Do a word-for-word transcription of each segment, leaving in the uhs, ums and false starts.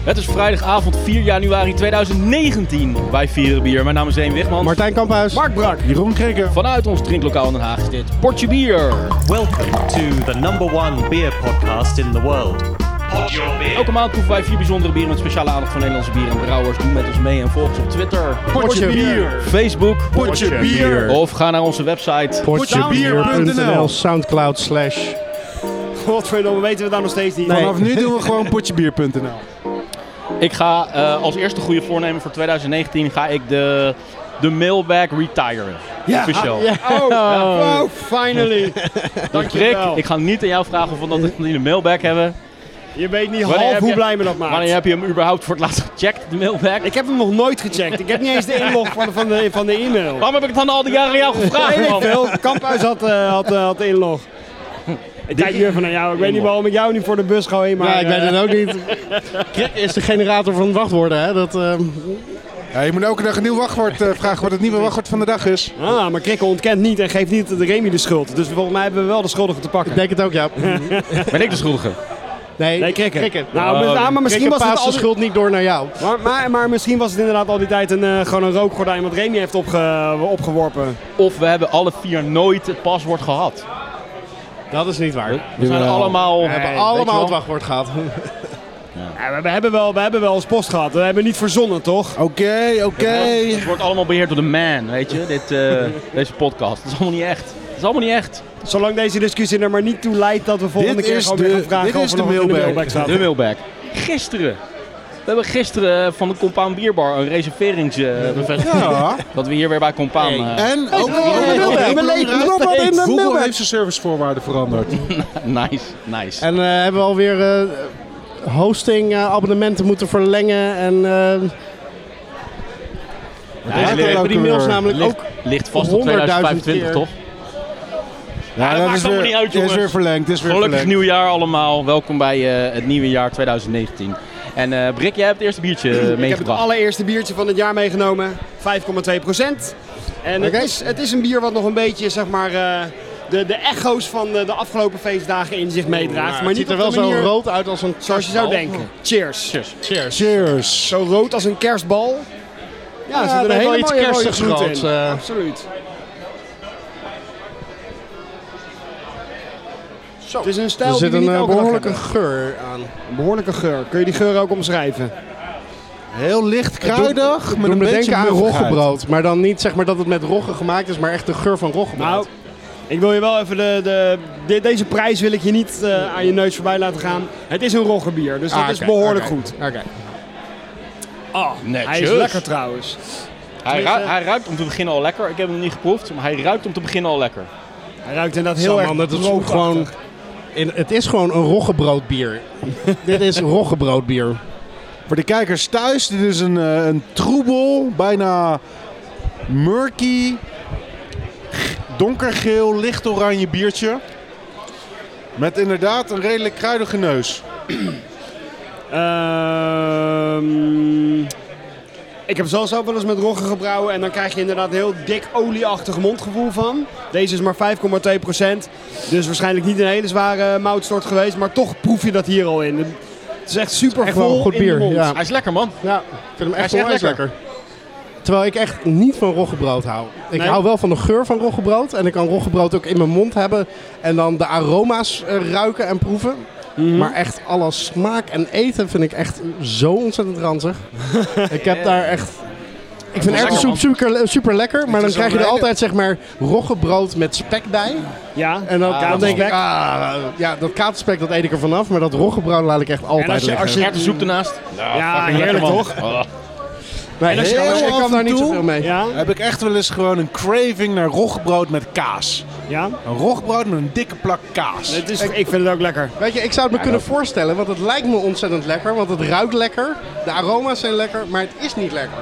Het is vrijdagavond vier januari tweeduizend negentien. Wij vieren bier. Mijn naam is Een Wigman. Martijn Kamphuis. Mark Brak. Jeroen Krikke. Vanuit ons drinklokaal in Den Haag is dit Potje Bier. Welcome to the number one beer podcast in the world. Pod your beer. Elke maand proeven wij vier bijzondere bieren met speciale aandacht voor Nederlandse bieren en brouwers. Doe met ons mee en volg ons op Twitter, Potje Bier. Facebook, Potje Bier. of ga naar onze website. Potjebier punt n l, Soundcloud slash. Godverdomme, weten we het nou nog steeds niet. Nee. Vanaf nu doen we gewoon potjebier punt n l. Ik ga uh, als eerste goede voornemen voor tweeduizend negentien ga ik de, de mailbag retiren. Ja. Officieel. Ah, ja. Oh, ja. Oh, finally. Dus Rick, ik ga niet aan jou vragen of we dat in de mailbag hebben. Je weet niet Wanneer half heb hoe je- blij me dat maakt. Wanneer heb je hem überhaupt voor het laatst gecheckt, de mailbag? Ik heb hem nog nooit gecheckt. Ik heb niet eens de inlog van de, van de, van de e-mail. Waarom heb ik het dan al die jaren aan jou gevraagd, Weet ik man? veel. Kamphuis had, uh, had, uh, had de inlog. Ik kijk nu even naar jou. Ik weet niet waarom ik jou niet voor de bus ga heen, maar... Ja, ik weet uh, het ook niet. Krik is de generator van wachtwoorden, hè? Dat, uh... Ja, je moet elke dag een nieuw wachtwoord uh, vragen wat het nieuwe wachtwoord van de dag is. Ah, maar Krikke ontkent niet en geeft niet de Remy de schuld. Dus volgens mij hebben we wel de schuldige te pakken. Ik denk het ook, ja. Ben ik de schuldige? Nee, Nee, Krikke. Krikke. Nou, Oh, maar, maar misschien Krikke was het paast al de schuld niet door naar jou. Maar, maar, maar misschien was het inderdaad al die tijd een, uh, gewoon een rookgordijn wat Remy heeft opge, opgeworpen. Of we hebben alle vier nooit het paswoord gehad. Dat is niet waar. We zijn allemaal... We hebben Weet je allemaal wel? het wachtwoord gehad. Ja, we, hebben wel, we hebben wel eens post gehad. We hebben niet verzonnen, toch? Oké, oké. Het wordt allemaal beheerd door de man, weet je, dit, uh, deze podcast. Dat is allemaal niet echt. Dat is allemaal niet echt. Zolang deze discussie er maar niet toe leidt dat we volgende Dit keer is gewoon de- weer gaan vragen dit of is er de nog wat in de mailbag. mailbag staat. De mailbag. Gisteren. We hebben gisteren van de Compaan Bierbar een reserveringsbevestiging. Ja. Dat we hier weer bij Compaan... uh, En ook hey, hey, we leven nog wat in de Google mailbag. heeft zijn servicevoorwaarden veranderd. nice, nice. En uh, hebben we alweer uh, hosting uh, abonnementen moeten verlengen. En uh, Ja, we ligt- hebben die mails namelijk ligt, ook... ligt vast tot honderdduizend tweeduizend vijfentwintig, keer. toch? Ja, dat dat maakt is allemaal weer, niet uit, is jongens. weer verlengd. Is weer Gelukkig verlengd. nieuwjaar allemaal. Welkom bij uh, het nieuwe jaar tweeduizend negentien. En uh, Brik, jij hebt het eerste biertje uh, Ik heb het meegebracht. allereerste biertje van het jaar meegenomen. vijf komma twee procent. En het, Oké. is, het is een bier wat nog een beetje, zeg maar, uh, de, de echo's van de, de afgelopen feestdagen in zich meedraagt. Maar maar het niet ziet er op wel de zo manier rood uit als een zoals je zou kerstbal. denken. Cheers. Cheers. Cheers. Cheers. Zo rood als een kerstbal. Ja, er Ja, zit dat een heeft wel hele iets mooie rode kerstigs gloed groots, in. uh. Absoluut. Zo. Het is een stijl Er zit die we een niet uh, elke dag behoorlijke hebben. geur aan. Een behoorlijke geur. Kun je die geur ook omschrijven? Heel licht kruidig, Doe met een me beetje denken aan muffigheid. roggebrood. Maar dan niet zeg maar dat het met rogge gemaakt is, maar echt de geur van roggebrood. Nou, ik wil je wel even de, de, de- deze prijs wil ik je niet uh, aan je neus voorbij laten gaan. Het is een roggebier, dus dat Ah, is oké, behoorlijk oké, goed. Oké. Oh, Netjes. hij is lekker trouwens. Hij, ru- hij ruikt om te beginnen al lekker. Ik heb hem niet geproefd, maar hij ruikt om te beginnen al lekker. Hij ruikt inderdaad heel Zo, erg man, dat is broodachtig. gewoon, in, het is gewoon een roggebroodbier. Dit is roggebroodbier. Voor de kijkers thuis, dit is een, uh, een troebel, bijna murky, g- donkergeel, licht oranje biertje. Met inderdaad een redelijk kruidige neus. Ehm, ik heb zelfs ook wel eens met rogge gebrouwen en dan krijg je inderdaad een heel dik olieachtig mondgevoel van. Deze is maar vijf komma twee procent, dus waarschijnlijk niet een hele zware moutstort geweest, maar toch proef je dat hier al in. Het is echt super Echt wel vol een goed in de bier. mond. Ja. Hij is lekker, man. Ja, ik vind hem echt Hij is echt onwijs lekker. lekker. Terwijl ik echt niet van roggebrood hou. Ik Nee? hou wel van de geur van roggebrood. En ik kan roggebrood ook in mijn mond hebben. En dan de aroma's uh, ruiken en proeven. Mhm. Maar echt alle smaak en eten vind ik echt zo ontzettend ranzig. Ik heb daar echt... Ik vind Lekker, erwtensoep man. super, super lekker. Maar dan is krijg je wel er lekker. altijd zeg maar roggebrood met spek bij. Ja, En dan, Ah, dan denk ik, spek. ah, ja, dat katerspek dat eet ik er vanaf. Maar dat roggebrood laat ik echt altijd als je- liggen. als je- Erwtensoep ernaast. Ja, fucking heerlijk, lekker, man. toch? Oh. Nee, en als je- ik- als je ik af kan daar en niet toe- zoveel mee. ja, Heb ik echt wel eens gewoon een craving naar roggebrood met kaas. ja. Een roggebrood met een dikke plak kaas. Het is, ik vind het ook lekker. Weet je, ik zou het me kunnen voorstellen, want het lijkt me ontzettend lekker. Want het ruikt lekker, de aroma's zijn lekker, maar het is niet lekker.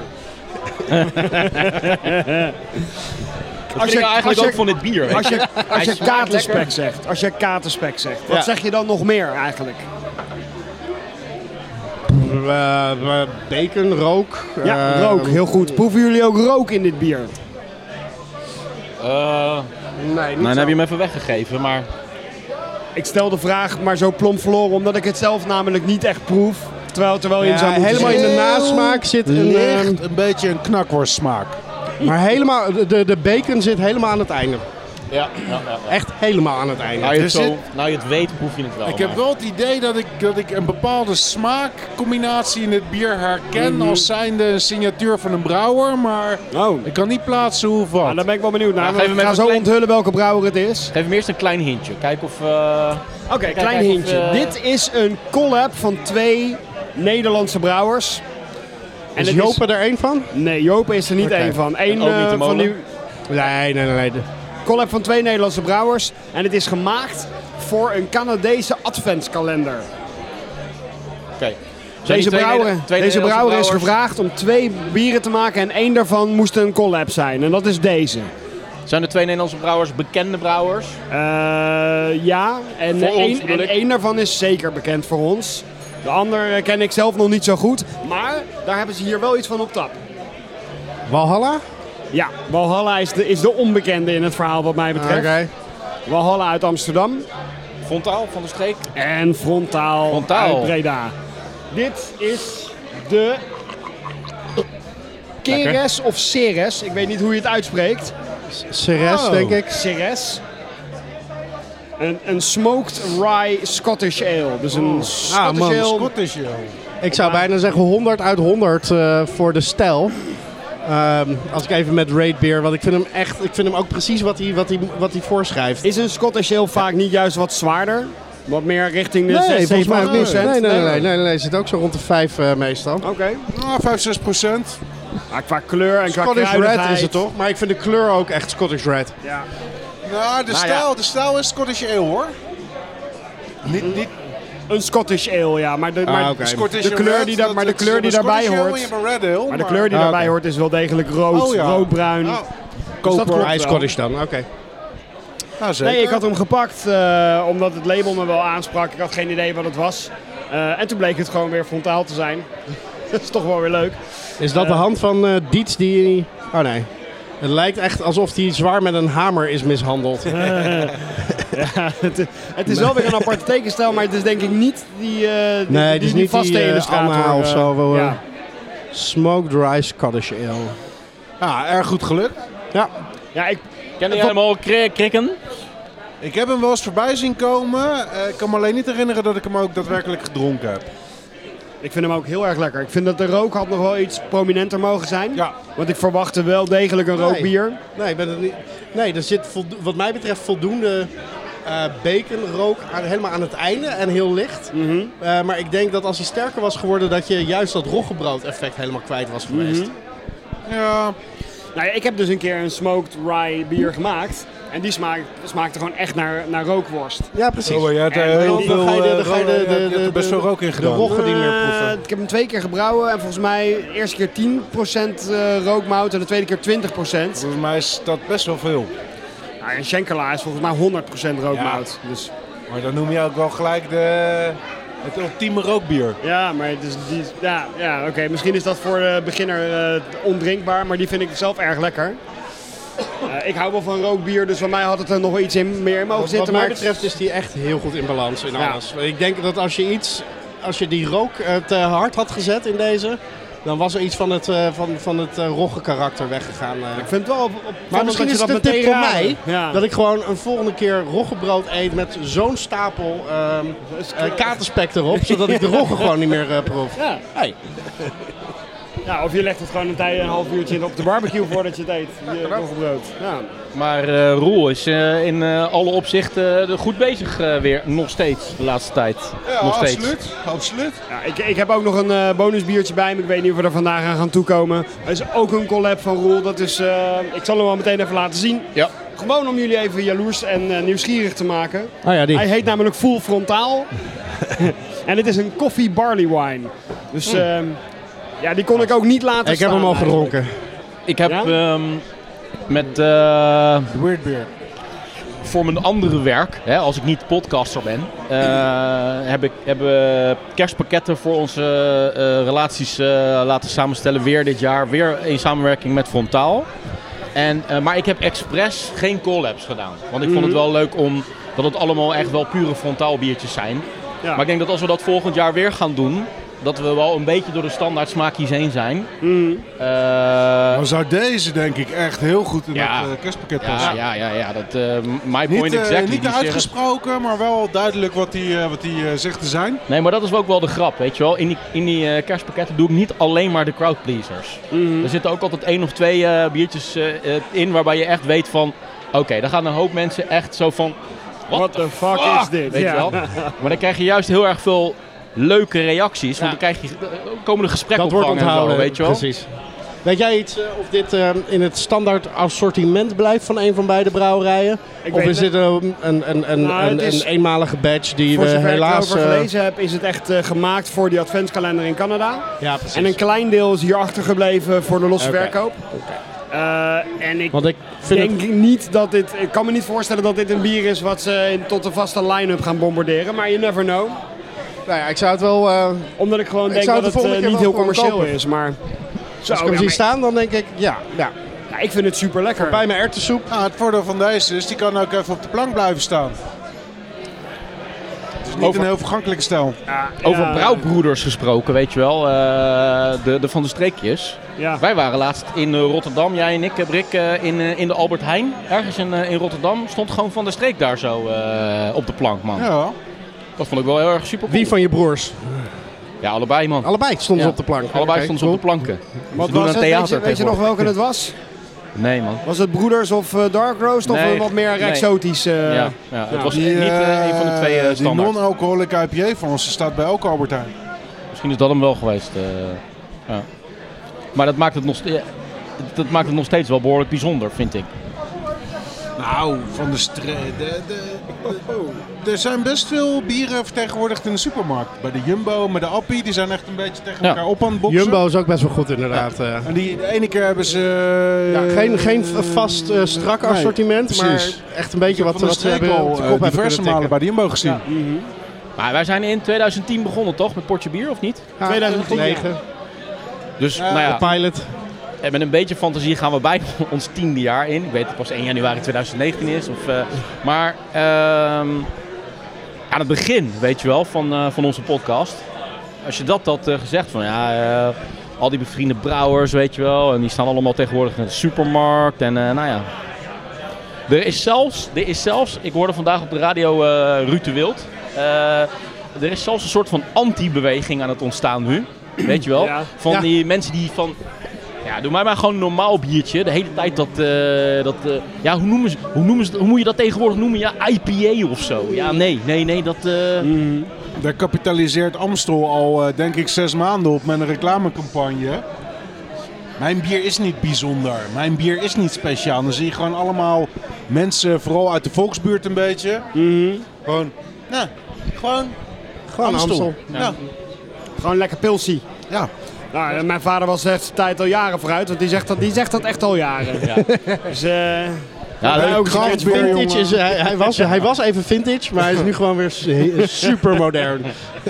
Dat vind ik eigenlijk als je- ook van dit bier. weet Als je. je, als Hij je smaakt katerspek lekker. zegt, als je katerspek zegt, wat Ja. zeg je dan nog meer eigenlijk? Uh, uh, bacon, rook. Ja, uh, rook, heel goed. Proeven jullie ook rook in dit bier? Uh, Nee, niet nou, dan zo. heb je hem even weggegeven, maar... Ik stel de vraag maar zo plomp verloren, omdat ik het zelf namelijk niet echt proef. terwijl, terwijl je Ja, hem zou moeten helemaal in zien. de nasmaak zit een... Licht, ehm, een beetje een knakworstsmaak. maar helemaal, de, de bacon zit helemaal aan het einde. Ja, ja, ja. Echt helemaal aan het einde. Nou, je het Er zo, zit- nou je het weet, proef je het wel. Ik heb maar- wel het idee dat ik, dat ik een bepaalde smaakcombinatie in het bier herken als zijnde een signatuur van een brouwer, maar Oh, ik kan niet plaatsen hoe of wat. nou, daar ben ik wel benieuwd naar. Ja, We geef hem gaan even zo een klein- onthullen welke brouwer het is. Geef hem eerst een klein hintje. Kijk of... Uh... Oké, Kijk, klein kijk of, hintje. eh, Dit is een collab van twee Nederlandse brouwers. En Is het Jopen er één van? Nee, Jopen is er niet Oké. één van. Eén ook niet de eh, van molen? die Nee, nee, nee. nee. collab van twee Nederlandse brouwers. En het is gemaakt voor een Canadese adventskalender. Oké. Deze brouwer, deze brouwer is gevraagd om twee bieren te maken en één daarvan moest een collab zijn. En dat is deze. Zijn de twee Nederlandse brouwers bekende brouwers? Eh, ja, en Voor ons één, bedoel en ik. één daarvan is zeker bekend voor ons. De ander ken ik zelf nog niet zo goed. Maar daar hebben ze hier wel iets van op tap. Valhalla? Ja, Valhalla is de, is de onbekende in het verhaal wat mij betreft. Oké. Valhalla uit Amsterdam. Frontaal van de streek? En Frontaal, Frontaal. uit Breda. Dit is de Keres of Ceres. Ik weet niet hoe je het uitspreekt. Ceres, Oh. denk ik. Ceres. Een, een smoked rye Scottish ale. Dus een Scottish Ah, man, ale. Scottish, joh. Ik zou bijna zeggen honderd uit honderd eh, voor de stijl. Ehm, als ik even met Raid Beer, want ik vind hem echt, ik vind hem ook precies wat hij, wat hij, wat hij voorschrijft. Is een Scottish ale vaak niet juist wat zwaarder? Wat meer richting de Nee, zes, volgens mij zeven, ook niet. procent? Nee, nee, nee, nee, nee, nee, nee. Zit ook zo rond de vijf uh, meestal. Oké. Nou, vijf, zes procent. Maar qua kleur en qua Scottish kruidigheid. Red is het toch? Maar ik vind de kleur ook echt Scottish Red. Ja. Nou, de, Nou, stijl, ja. de stijl is Scottish ale, hoor. Niet, niet Een Scottish ale, ja. Maar de, maar oké. Scottish de kleur red, die, dat, maar de dat is kleur die een daarbij Scottish ale hoort. en je hebt een red ale, Maar de kleur die Ah, daarbij oké. hoort is wel degelijk rood, Oh, ja. roodbruin. Oh, Dus dat klopt Hij is wel. Scottish dan, oké. nou, zeker. Nee, ik had hem gepakt uh, omdat het label me wel aansprak. Ik had geen idee wat het was. Uh, en toen bleek het gewoon weer frontaal te zijn. Dat is toch wel weer leuk. Is dat de hand van uh, Dietz die... Oh nee. Het lijkt echt alsof hij zwaar met een hamer is mishandeld. Ja, het, is- het is wel weer een aparte tekenstijl, maar het is denk ik niet die, uh, die, Nee, het die, is die niet vaste die, uh, illustrator. Anna of uh, zo, wel, uh, ja. Smoked Rye Scottish Ale. Ja, erg goed gelukt. Ja. Ja, ik, Ken je helemaal kri- krikken? Ik heb hem wel eens voorbij zien komen. Uh, ik kan me alleen niet herinneren dat ik hem ook daadwerkelijk gedronken heb. ik vind hem ook heel erg lekker. Ik vind dat de rook had nog wel iets prominenter mogen zijn. Ja. Want ik verwachtte wel degelijk een Nee. rookbier. Nee, ik ben het niet. Nee, er zit voldo- wat mij betreft voldoende uh, baconrook aan, helemaal aan het einde en heel licht. Mhm. Uh, maar ik denk dat als hij sterker was geworden, dat je juist dat roggebrood effect helemaal kwijt was geweest. Mhm. Ja, Nou ja, ik heb dus een keer een smoked rye bier gemaakt. En die smaakt, smaakte gewoon echt naar, naar rookworst. Ja, precies. oh, je hebt er En heel dan veel, ga je de- eh, dan ga je de- ro- de- je hebt er de- best de- veel rook in de gedaan. rog- niet meer Eh, proeven. ik heb hem twee keer gebrouwen en volgens mij de eerste keer tien procent uh, rookmout en de tweede keer twintig procent. Volgens mij is dat best wel veel. Nou, en Schenkela is volgens mij honderd procent rookmout. Ja. Dus, Maar dan noem je ook wel gelijk de, het ultieme rookbier. ja, maar dus die, ja, ja, oké. Misschien is dat voor de beginner uh, ondrinkbaar, maar die vind ik zelf erg lekker. Uh, ik hou wel van rookbier, dus voor mij had het er nog wel iets in, meer in mogen Wat, zitten. wat mij maar betreft is die echt heel goed in balans in Ja. alles. Ik denk dat als je iets, als je die rook uh, te hard had gezet in deze, dan was er iets van het, uh, van, van het uh, rogge karakter weggegaan. Uh. ik vind het wel op, op Maar misschien dat is je het dat een tip meteen voor raadde. mij, Ja. dat ik gewoon een volgende keer roggebrood eet met zo'n stapel um, uh, katerspek erop, zodat ik de rogge gewoon niet meer uh, proef. Ja. Hey. Ja, of je legt het gewoon een, tijd, een half uurtje op de barbecue voordat je het eet. Je roggebrood. Ja. Maar uh, Roel is uh, in uh, alle opzichten uh, goed bezig uh, weer, nog steeds, de laatste tijd. Ja, nog steeds. absoluut. absoluut. Ja, ik, ik heb ook nog een uh, bonusbiertje bij me. Ik weet niet of we er vandaag aan gaan toekomen. Er is ook een collab van Roel. Dat is, uh, ik zal hem wel meteen even laten zien. Ja. Gewoon om jullie even jaloers en uh, nieuwsgierig te maken. Oh ja, die. Hij heet namelijk Full Frontaal. En het is een coffee barley wine. Dus uh, ja, die kon ik ook niet laten Ik heb staan hem al eigenlijk. gedronken. Ik heb Ja? um, met uh, Weird beer. voor mijn andere werk, hè, als ik niet podcaster ben, uh, heb ik hebben we kerstpakketten voor onze uh, relaties uh, laten samenstellen. Weer dit jaar, weer in samenwerking met Frontaal. En, uh, maar ik heb expres geen collabs gedaan. Want ik vond het wel leuk om dat het allemaal echt wel pure Frontaal biertjes zijn. Ja. Maar ik denk dat als we dat volgend jaar weer gaan doen, dat we wel een beetje door de standaard smaakjes heen zijn. Mm. Uh, Dan zou deze denk ik echt heel goed in Ja. dat uh, kerstpakket ja, passen. ja, ja, ja, dat uh, my Niet, point uh, exactly. niet die zeggen- uitgesproken, maar wel duidelijk wat hij uh, wat hij, uh, zegt te zijn. Nee, maar dat is ook wel de grap, weet je wel. In die, in die uh, kerstpakketten doe ik niet alleen maar de crowdpleasers. Mm. Er zitten ook altijd één of twee uh, biertjes uh, uh, in waarbij je echt weet van... Oké, okay, daar gaan een hoop mensen echt zo van... What the fuck is dit? Weet Ja. je wel? Maar dan krijg je juist heel erg veel leuke reacties. Want dan krijg je, komen er gesprekken Dat op wordt gang en zo, onthouden, weet je wel. precies. Weet jij iets uh, of dit uh, in het standaard assortiment blijft van een van beide brouwerijen? Ik Of weet is het. dit een, een, een, een, Nou, het een, is- een eenmalige badge die Voor we zover helaas... ik erover uh, gelezen heb, is het echt uh, gemaakt voor die adventskalender in Canada. ja, precies. En een klein deel is hier achtergebleven voor de losse Oké. verkoop. Uh, en ik Want ik vind denk het... niet dat dit... Ik kan me niet voorstellen dat dit een bier is wat ze in, tot een vaste line-up gaan bombarderen. Maar you never know. Nou ja, ik zou het wel... Uh, Omdat ik gewoon Ik denk zou dat het de het uh, volgende niet keer heel wel gewoon commercieel kopen. is. Maar zo, als ik hem ja, zie maar- staan, dan denk ik, ja, ja. ja, ik vind het super lekker. Bij mijn erwtensoep. Nou, het voordeel van deze is, die kan ook even op de plank blijven staan. Het is niet Over- een heel vergankelijke stijl. Over brouwbroeders gesproken, weet je wel. Uh, de, de van de streekjes. Ja. Wij waren laatst in uh, Rotterdam, jij en ik, uh, Brik, uh, in, uh, in de Albert Heijn. Ergens in, uh, in Rotterdam stond gewoon Van de Streek daar zo uh, op de plank, man. Ja. Dat vond ik wel heel erg super cool. Wie van je broers? Ja, allebei, man. Allebei stonden Ja. ze op de plank. Allebei Oké, stonden ze op de cool. planken. Wat Ze doen was een het? theater Weet je, weet je nog tegenwoordig. welke het was? Nee, man. Was het Broeders of uh, Dark Roast of Nee. een wat meer Nee. exotisch? Uh, Ja, ja, het was Die, niet uh, eh, een van de twee uh, Die standaard. non-alcoholic I P A van ons staat bij elke Albert Heijn. Misschien is dat hem wel geweest. uh, ja. Maar dat maakt, het nog, ste- dat maakt het nog steeds wel behoorlijk bijzonder, vind ik. Nou, van de streek. De, de, de- er zijn best veel bieren vertegenwoordigd in de supermarkt. Bij de Jumbo, met de Appie, die zijn echt een beetje tegen Ja. elkaar op aan het boksen. Jumbo is ook best wel goed inderdaad. eh. En die, de ene keer hebben ze... Ja, geen, geen v- vast uh, strak Nee, assortiment, maar precies. echt een beetje Ik heb wat, van de wat ze streek hebben al op de eh, kop hebben diverse kunnen malen bij tikken. de Jumbo gezien. Mhm. Maar wij zijn in twintig tien begonnen, toch? Met Potje Bier, of niet? Ja, tweeduizend tien, negen, Dus, Ja, nou ja, de pilot. en met een beetje fantasie gaan we bijna ons tiende jaar in. Ik weet dat het pas één januari tweeduizend negentien is. Of, uh, maar ehm, aan het begin, weet je wel, van, uh, van onze podcast. Als je dat had uh, gezegd van, ja, uh, al die bevriende brouwers, weet je wel. En die staan allemaal tegenwoordig in de supermarkt. En uh, nou ja. Er is zelfs, er is zelfs, ik hoorde vandaag op de radio uh, Ruud de Wild. Uh, er is zelfs een soort van anti-beweging aan het ontstaan nu. Weet je wel? Ja. Van Ja. die mensen die van... Ja, doe mij maar gewoon een normaal biertje. De hele tijd dat... uh, dat uh, ja, hoe, noemen ze, hoe, noemen ze, hoe moet je dat tegenwoordig noemen? Ja, I P A of zo. Ja, nee, nee, nee, dat... Uh... Mhm. Daar kapitaliseert Amstel al, uh, denk ik, zes maanden op met een reclamecampagne. Mijn bier is niet bijzonder. Mijn bier is niet speciaal. Dan zie je gewoon allemaal mensen, vooral uit de volksbuurt een beetje. Mhm. Gewoon, nou, gewoon Gewoon Amstel. Amstel. Ja. Gewoon lekker pilsie. Ja. Nou, mijn vader was echt de tijd al jaren vooruit, want die zegt dat, die zegt dat echt al jaren. Ja. Dus eh Ja, wij leuk. ook eens een keertje Kraftbeer, vintage Vintage is, hij, hij, was, hij was even vintage, maar hij is nu gewoon weer su- super modern.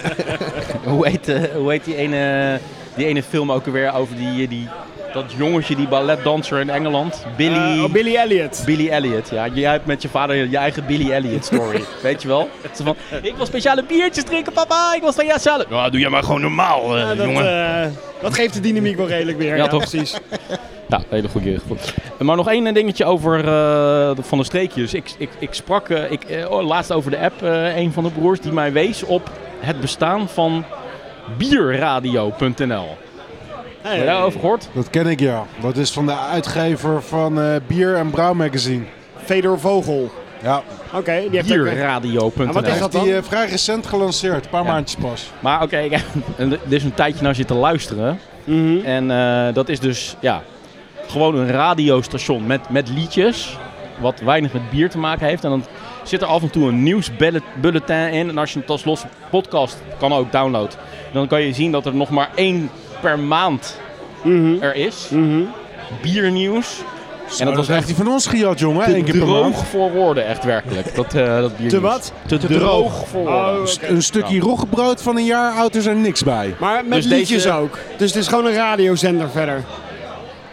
Hoe heet, uh, hoe heet die, ene, die ene film ook alweer over die, die, dat jongetje, die balletdanser in Engeland? Billy... Eh, oh, Billy Elliot. Billy Elliot, ja. Jij hebt met je vader je eigen Billy Elliot story, weet je wel? Zo van, ik wil speciale biertjes drinken, papa, ik wil speciale... Nou, doe jij maar gewoon normaal, uh, Ja, dat, jongen. eh, dat geeft de dynamiek wel redelijk weer. Ja, Ja, toch? precies. Ja, hele goede gevoel. Maar nog één dingetje over uh, de Van de Streekjes. Ik, ik, ik sprak uh, ik, uh, oh, laatst over de app, uh, een van de broers, die mij wees op het bestaan van bierradio punt n l. Heb je daarover gehoord? Dat ken ik, ja. Dat is van de uitgever van uh, Bier en Brouw Magazine. Fedor Vogel. Ja. Oké, die heeft ook... bierradio punt n l. Ah, wat is Hij dat heeft dan? die uh, vrij recent gelanceerd. Een paar Ja. maandjes pas. Maar oké, okay, dit is een tijdje naar zitten luisteren. Mhm. En uh, dat is dus ja, gewoon een radiostation met, met liedjes. Wat weinig met bier te maken heeft. En dan zit er af en toe een nieuwsbulletin in. En als je het als losse podcast kan ook downloaden. Dan kan je zien dat er nog maar één per maand Mhm. er is. Mhm. Biernieuws. En dat was echt die van ons gejat, jongen. Eén Te keer per maand. droog voor woorden, echt werkelijk. Dat, uh, dat biernieuws. Te wat? Te, Te droog. droog. voor woorden. Oh, oké. Een stukje roggebrood van een jaar oud is er niks bij. Maar met Dus liedjes deze- ook. Dus het is gewoon een radiozender verder.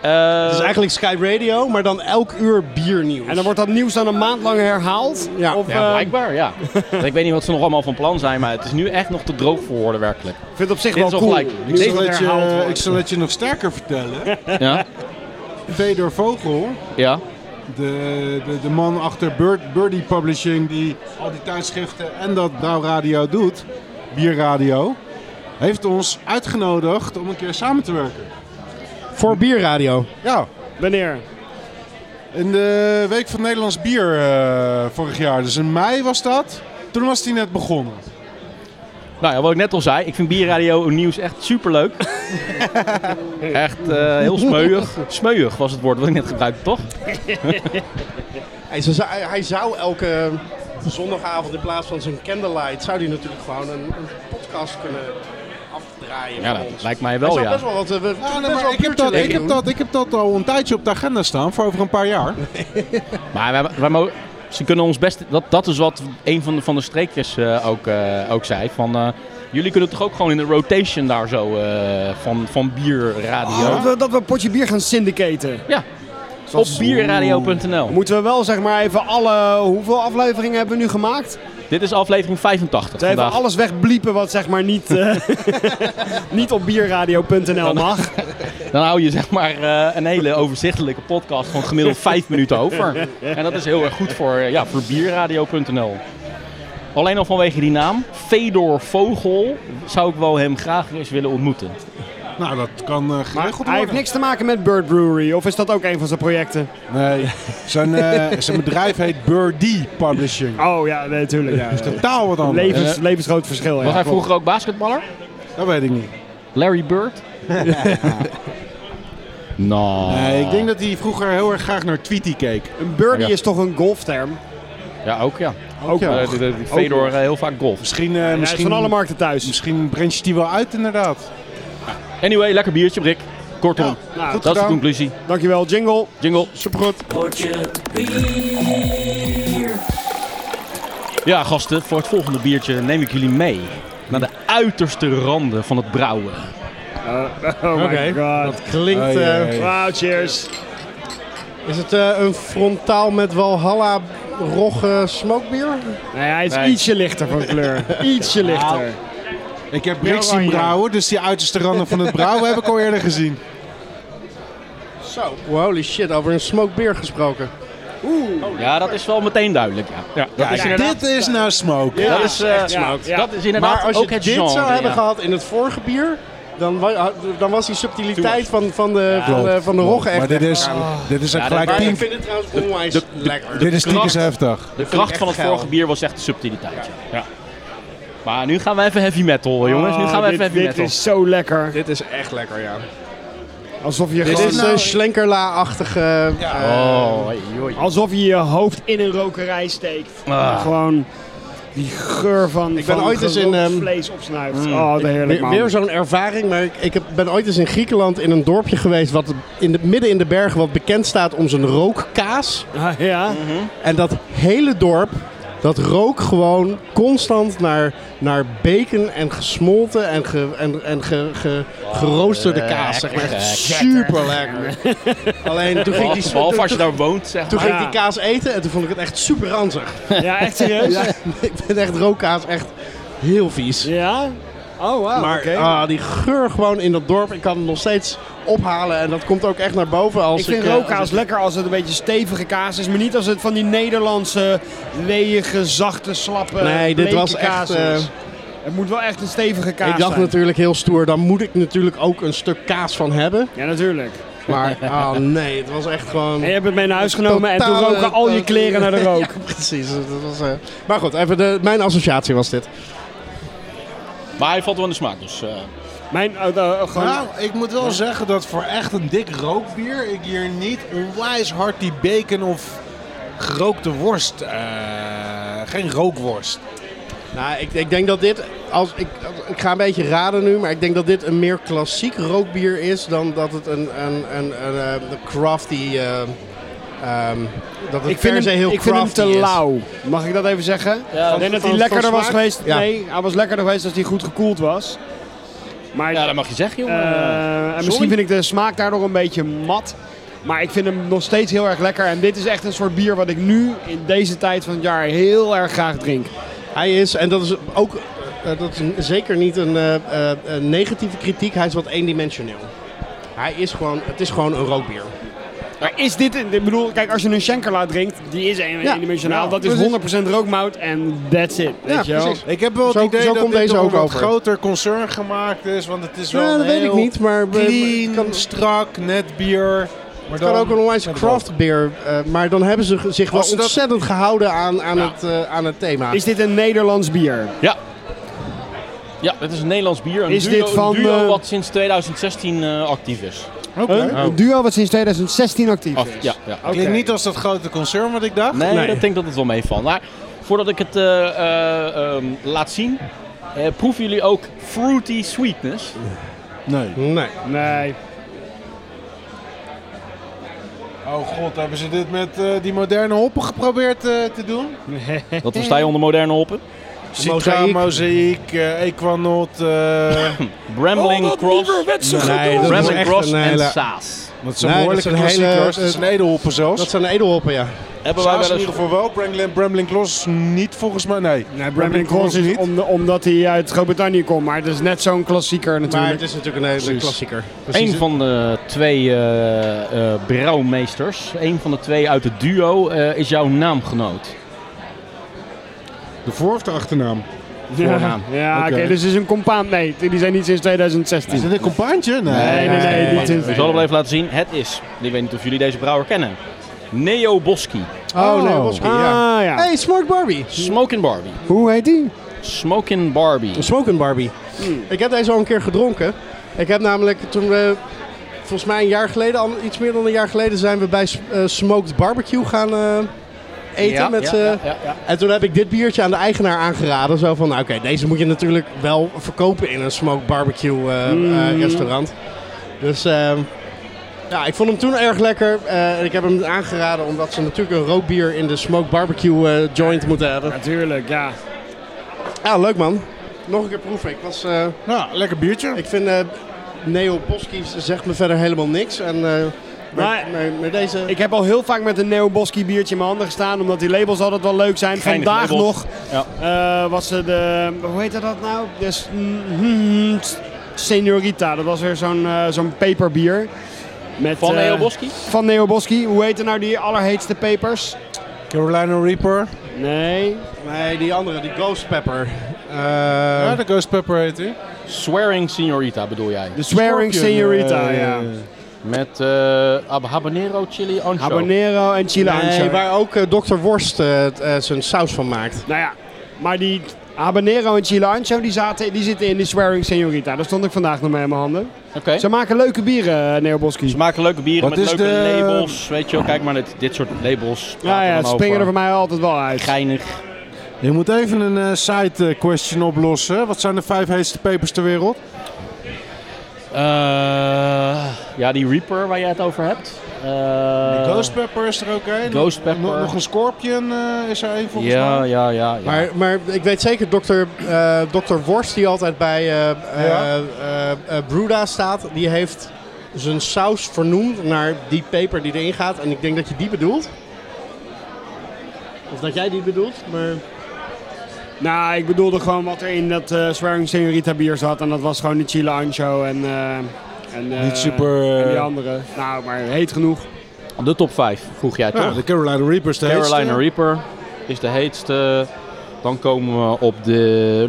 Uh, Het is eigenlijk Sky Radio, maar dan elk uur biernieuws. En dan wordt dat nieuws dan een maand lang herhaald? Ja. Of, ja, uh, blijkbaar, ja. Ik weet niet wat ze nog allemaal van plan zijn, maar het is nu echt nog te droog voor woorden, werkelijk. Ik vind het op zich Dit wel is cool. wel gelijk. Ik Nieuws zal, dat het herhaald je, wordt. ik zal het je nog sterker vertellen. Ja? Fedor Vogel, Ja? de, de, de man achter Bird, Birdie Publishing, die al die tijdschriften en dat brouwradio doet, bierradio, heeft ons uitgenodigd om een keer samen te werken. Voor bierradio. Ja, Wanneer? in de Week van Nederlands Bier uh, vorig jaar. Dus in mei was dat. Toen was hij net begonnen. Nou ja, wat ik net al zei, ik vind bierradio nieuws echt superleuk. Echt uh, heel smeuig. Smeuig was het woord wat ik net gebruikte, toch? Hij zou, hij zou elke zondagavond in plaats van zijn candlelight, zou hij natuurlijk gewoon een, een podcast kunnen afdraaien. Ja, van dat ons. lijkt mij Hij wel, zou ja. best wel wat, uh, we- Ja, best nee, wel maar ik, heb biertje dat, ik, doen. heb dat, ik heb dat al een tijdje op de agenda staan voor over een paar jaar. Maar wij, wij mogen, ze kunnen ons best... Dat, dat is wat een van de, van de streekjes uh, ook, uh, ook zei. Van, uh, jullie kunnen toch ook gewoon in de rotation daar zo uh, van, van bierradio. Oh, dat, we, dat we een potje bier gaan syndicaten. Ja, op bierradio punt n l. Moeten we wel zeg maar even alle... Hoeveel afleveringen hebben we nu gemaakt? Dit is aflevering vijfentachtig Dus even vandaag. alles wegbliepen wat zeg maar niet, uh, niet op bierradio punt n l mag. Dan hou je zeg maar uh, een hele overzichtelijke podcast van gemiddeld vijf minuten over. En dat is heel erg goed voor, uh, ja, voor bierradio punt n l. Alleen al vanwege die naam, Fedor Vogel, zou ik wel hem graag eens willen ontmoeten. Nou, dat kan uh, Maar geregeld hij worden. heeft niks te maken met Bird Brewery. Of is dat ook een van zijn projecten? Nee, zijn, uh, zijn bedrijf heet Birdie Publishing. Oh ja, nee, natuurlijk. Ja. Totaal wat anders. Levens, levensgroot verschil. Was Ja. hij vroeger ook basketballer? Dat weet ik niet. Larry Bird? Nou. Nee, ik denk dat hij vroeger heel erg graag naar Tweety keek. Een birdie Ja. is toch een golfterm? Ja, ook ja. Ook ja. Uh, de, de, de Fedor uh, heel vaak golf. Misschien, uh, Hij is misschien, van alle markten thuis. misschien brengt je die wel uit, inderdaad. Anyway, lekker biertje, Brik. Kortom, Nou, Goed dat is de gedaan. conclusie. dankjewel, jingle. Jingle. Supergoed. Ja, gasten, voor het volgende biertje neem ik jullie mee naar de uiterste randen van het brouwen. Oh my Oké, god. dat klinkt... Ai, eh, ai, ai. Wauw, cheers. is het uh, een frontaal met Valhalla rogge smokebier? Nee, hij is Nee. ietsje lichter van kleur. Ietsje lichter. Ik heb Meer Brik zien oranje. brouwen, dus die uiterste randen van het brouwen heb ik al eerder gezien. Zo. Holy shit, over een smoked beer gesproken. Ja, dat is wel meteen duidelijk. Ja. Ja, dat Kijk, is inderdaad, dit is nou smoke. dat is, uh, echt smoked. Ja. dat is inderdaad Maar als ook je het dit genre. zou hebben ja. gehad in het vorige bier, dan, wa- dan was die subtiliteit van, van de, van de, Klopt, van de rogge echt Maar dit is, weggegaan. dit is echt Ja, gelijk Maar tien. ik vind het trouwens onwijs lekker. Dit is tien keer kracht- zo heftig. De ik kracht echt van het geil. vorige bier was echt de subtiliteit. Ja. Ja. Maar nu gaan we even heavy metal, jongens. Nu gaan we Oh, even dit, heavy dit metal. is zo lekker. Dit is echt lekker, ja. Alsof je Dit gewoon... is een Schlenkerla-achtige... eh, Oh, oei, oei. Alsof je je hoofd in een rokerij steekt. Ah. Gewoon die geur van, Ik ben van ooit eens in, gerookt ehm, vlees opsnuift. Oh, de heerlijk, Weer, man. weer zo'n ervaring, maar ik, ik heb, ben ooit eens in Griekenland in een dorpje geweest wat in de, midden in de bergen wat bekend staat om zijn rookkaas. Ah, ja? En dat hele dorp, dat rook gewoon constant naar, naar bacon en gesmolten en, ge, en, en ge, ge, geroosterde kaas. Zeg maar. Echt super lekker. Alleen toen ging ik die, Behalve als je toen, daar woont, zeg toen maar. ging ik die kaas eten en toen vond ik het echt super ranzig. Ja, echt serieus? Ja, ik vind echt rookkaas echt heel vies. Ja? Oh, wauw, Maar oké. ah, die geur gewoon in dat dorp, ik kan het nog steeds ophalen en dat komt ook echt naar boven als Ik vind ik, eh, rookkaas als ik- lekker als het een beetje stevige kaas is, maar niet als het van die Nederlandse, weeige, zachte, slappe, Nee, dit bleke was echt, kaas eh, is. Het moet wel echt een stevige kaas Ik dacht zijn. natuurlijk heel stoer, dan moet ik natuurlijk ook een stuk kaas van hebben. Ja, natuurlijk. Maar ah nee, het was echt gewoon... En je hebt het mee naar huis genomen en toen Totale- roken al je kleren naar de rook. Ja, precies. Dat was, eh, Maar goed, even de, mijn associatie was dit. Maar hij valt wel in de smaak, dus... eh, Mijn, uh, uh, gewoon... Nou, ik moet wel zeggen dat voor echt een dik rookbier ik hier niet onwijs hard die bacon of gerookte worst, eh, geen rookworst. Nou, ik, ik denk dat dit, als ik, ik ga een beetje raden nu, maar ik denk dat dit een meer klassiek rookbier is dan dat het een, een, een, een, eh, een crafty, eh, ehm, dat het Ik vind, per se hem, heel ik vind hem crafty te is. lauw. Mag ik dat even zeggen? Ja, ik denk dat van- hij van lekkerder was smaak? geweest. Ja. Nee, hij was lekkerder geweest als hij goed gekoeld was. Maar, Ja, dat mag je zeggen, jongen. uh, en misschien vind ik de smaak daardoor een beetje mat. Maar ik vind hem nog steeds heel erg lekker. En dit is echt een soort bier wat ik nu in deze tijd van het jaar heel erg graag drink. Hij is, en dat is ook uh, dat is zeker niet een, uh, uh, een negatieve kritiek, hij is wat eendimensioneel. Hij is gewoon, het is gewoon een rookbier. Maar is dit, ik bedoel, kijk, als je een Schenkerla drinkt, die is Ja. eendimensionaal. Ja, dat is precies. honderd procent rookmout en that's it. Weet Ja, je wel? precies. Ik heb wel het Zo- idee zo dat komt dit deze door ook een wat over. groter concern gemaakt is, want het is wel Ja, een dat weet ik heel niet, maar uh, clean, het kan, strak, net bier. Maar het kan ook een onwijs met craft beer, uh, maar dan hebben ze zich wel Als ze dat- ontzettend gehouden aan, aan, het, uh, aan het thema. Is dit een Nederlands bier? Ja. Ja, het is een Nederlands bier. Een Is duo, dit van, een duo uh, wat sinds tweeduizend zestien uh, actief is. Oké. Een, een duo wat sinds tweeduizend zestien actief Af, is. ja, ja. Oké. Klinkt niet als dat grote concern wat ik dacht. Nee, Nee. ik denk dat het wel meevalt. Maar voordat ik het uh, uh, um, laat zien, uh, proeven jullie ook fruity sweetness? Nee. Nee. Nee. Oh god, hebben ze dit met uh, die moderne hoppen geprobeerd uh, te doen? Wat versta je onder moderne hoppen? Citra, Mozaïek. Mozaïek, uh, Equanot, uh, Brambling Cross, Nee, dat is Brambling echt Cross een en hele... Saas. dat zijn Nee, behoorlijke dat is een hele- klassiekers. Dat zijn edelhoppen zelfs. Dat zijn edelhoppen, ja. Hebben wij Saas wel in eens... ieder geval wel, Brambling, Brambling Cross niet volgens mij, nee. Nee, Brambling Cross is om, omdat hij uit Groot-Brittannië komt, maar het is net zo'n klassieker Maar natuurlijk. het is natuurlijk een hele klassieker. Precies. Een van de twee uh, uh, brouwmeesters, een van de twee uit het duo, uh, is jouw naamgenoot. De voor- of de achternaam? Voornaam. Ja, oké, Oké. dus het is een compaan. Nee, die zijn niet sinds tweeduizend zestien. Is dit een compaantje? Nee. Nee, nee, nee, niet sinds... We zullen het wel even laten zien. Het is, ik weet niet of jullie deze brouwer kennen, Neo Boski. Oh, nee, Oh. Boski, ja. Ah, ja. Hey, Smoked Barbie. Smokin' Barbie. Hoe heet die? Smokin' Barbie. Een Smoking Barbie. Ik heb deze al een keer gedronken. Ik heb namelijk toen we, volgens mij een jaar geleden, al iets meer dan een jaar geleden, zijn we bij uh, Smoked Barbecue gaan uh, eten. Ja, met, ja, uh, ja, ja, ja. En toen heb ik dit biertje aan de eigenaar aangeraden. Zo van, nou, oké, deze moet je natuurlijk wel verkopen in een Smoked Barbecue uh, Mm. uh, restaurant. Dus uh, ja, ik vond hem toen erg lekker. Uh, ik heb hem aangeraden omdat ze natuurlijk een rookbier in de Smoked Barbecue uh, joint moeten hebben. Natuurlijk, ja. Ja, leuk man. Nog een keer proeven. Ik was... Uh, Nou, lekker biertje. Ik vind uh, Neo Boski zegt me verder helemaal niks. En, uh, maar, Maar- maar, maar deze... Ik heb al heel vaak met een Neo Boski biertje in mijn handen gestaan, omdat die labels altijd wel leuk zijn. Geinig Vandaag labels. nog Ja. uh, was ze de, hoe heet dat nou? Dus, mm, Senorita, dat was weer zo'n uh, zo'n peperbier. Met, Van uh, Neo Boski? Van Neo Boski. Hoe heette nou die allerheetste pepers? Carolina Reaper. Nee. Nee, die andere, die Ghost Pepper. Uh, Ja, de Ghost Pepper heet hij. Swearing Senorita bedoel jij? De Swearing Scorpion, Senorita, eh, ja. Met uh, habanero, chili, ancho. Habanero en chile nee, ancho. waar ook uh, dokter Worst uh, uh, zijn saus van maakt. Nou ja, maar die habanero en chile ancho, die, zaten, die zitten in die Swearing Senorita. Daar stond ik vandaag nog mee in mijn handen. Oké. Ze maken leuke bieren, uh, Neo Boski. Ze maken leuke bieren Wat met is leuke de- labels. Weet je wel, kijk maar, dit, dit soort labels. Ja, praten ja, dan ze springen er over. voor mij altijd wel uit. Geinig. Je moet even een uh, side uh, question oplossen. Wat zijn de vijf heetste pepers ter wereld? Uh, ja, die Reaper waar jij het over hebt. Uh, De Ghost Pepper is er ook een. Ghost Pepper. Nog, nog een Scorpion uh, is er een volgens Ja, mij. ja, ja. ja. Maar, maar ik weet zeker, dokter, uh, dokter Worst die altijd bij uh, uh, Ja. uh, uh, Bruda staat, die heeft zijn saus vernoemd naar die peper die erin gaat. En ik denk dat je die bedoelt. Of dat jij die bedoelt, maar... Nou, ik bedoelde gewoon wat er in dat uh, Swearing Senorita bier zat. En dat was gewoon die chile ancho en, uh, en, uh, Niet super, uh, en die andere. Nou, maar heet genoeg. De top vijf vroeg jij Ja, toch? de Carolina Reaper is de Carolina heetste. Reaper is de heetste. Dan komen we op de...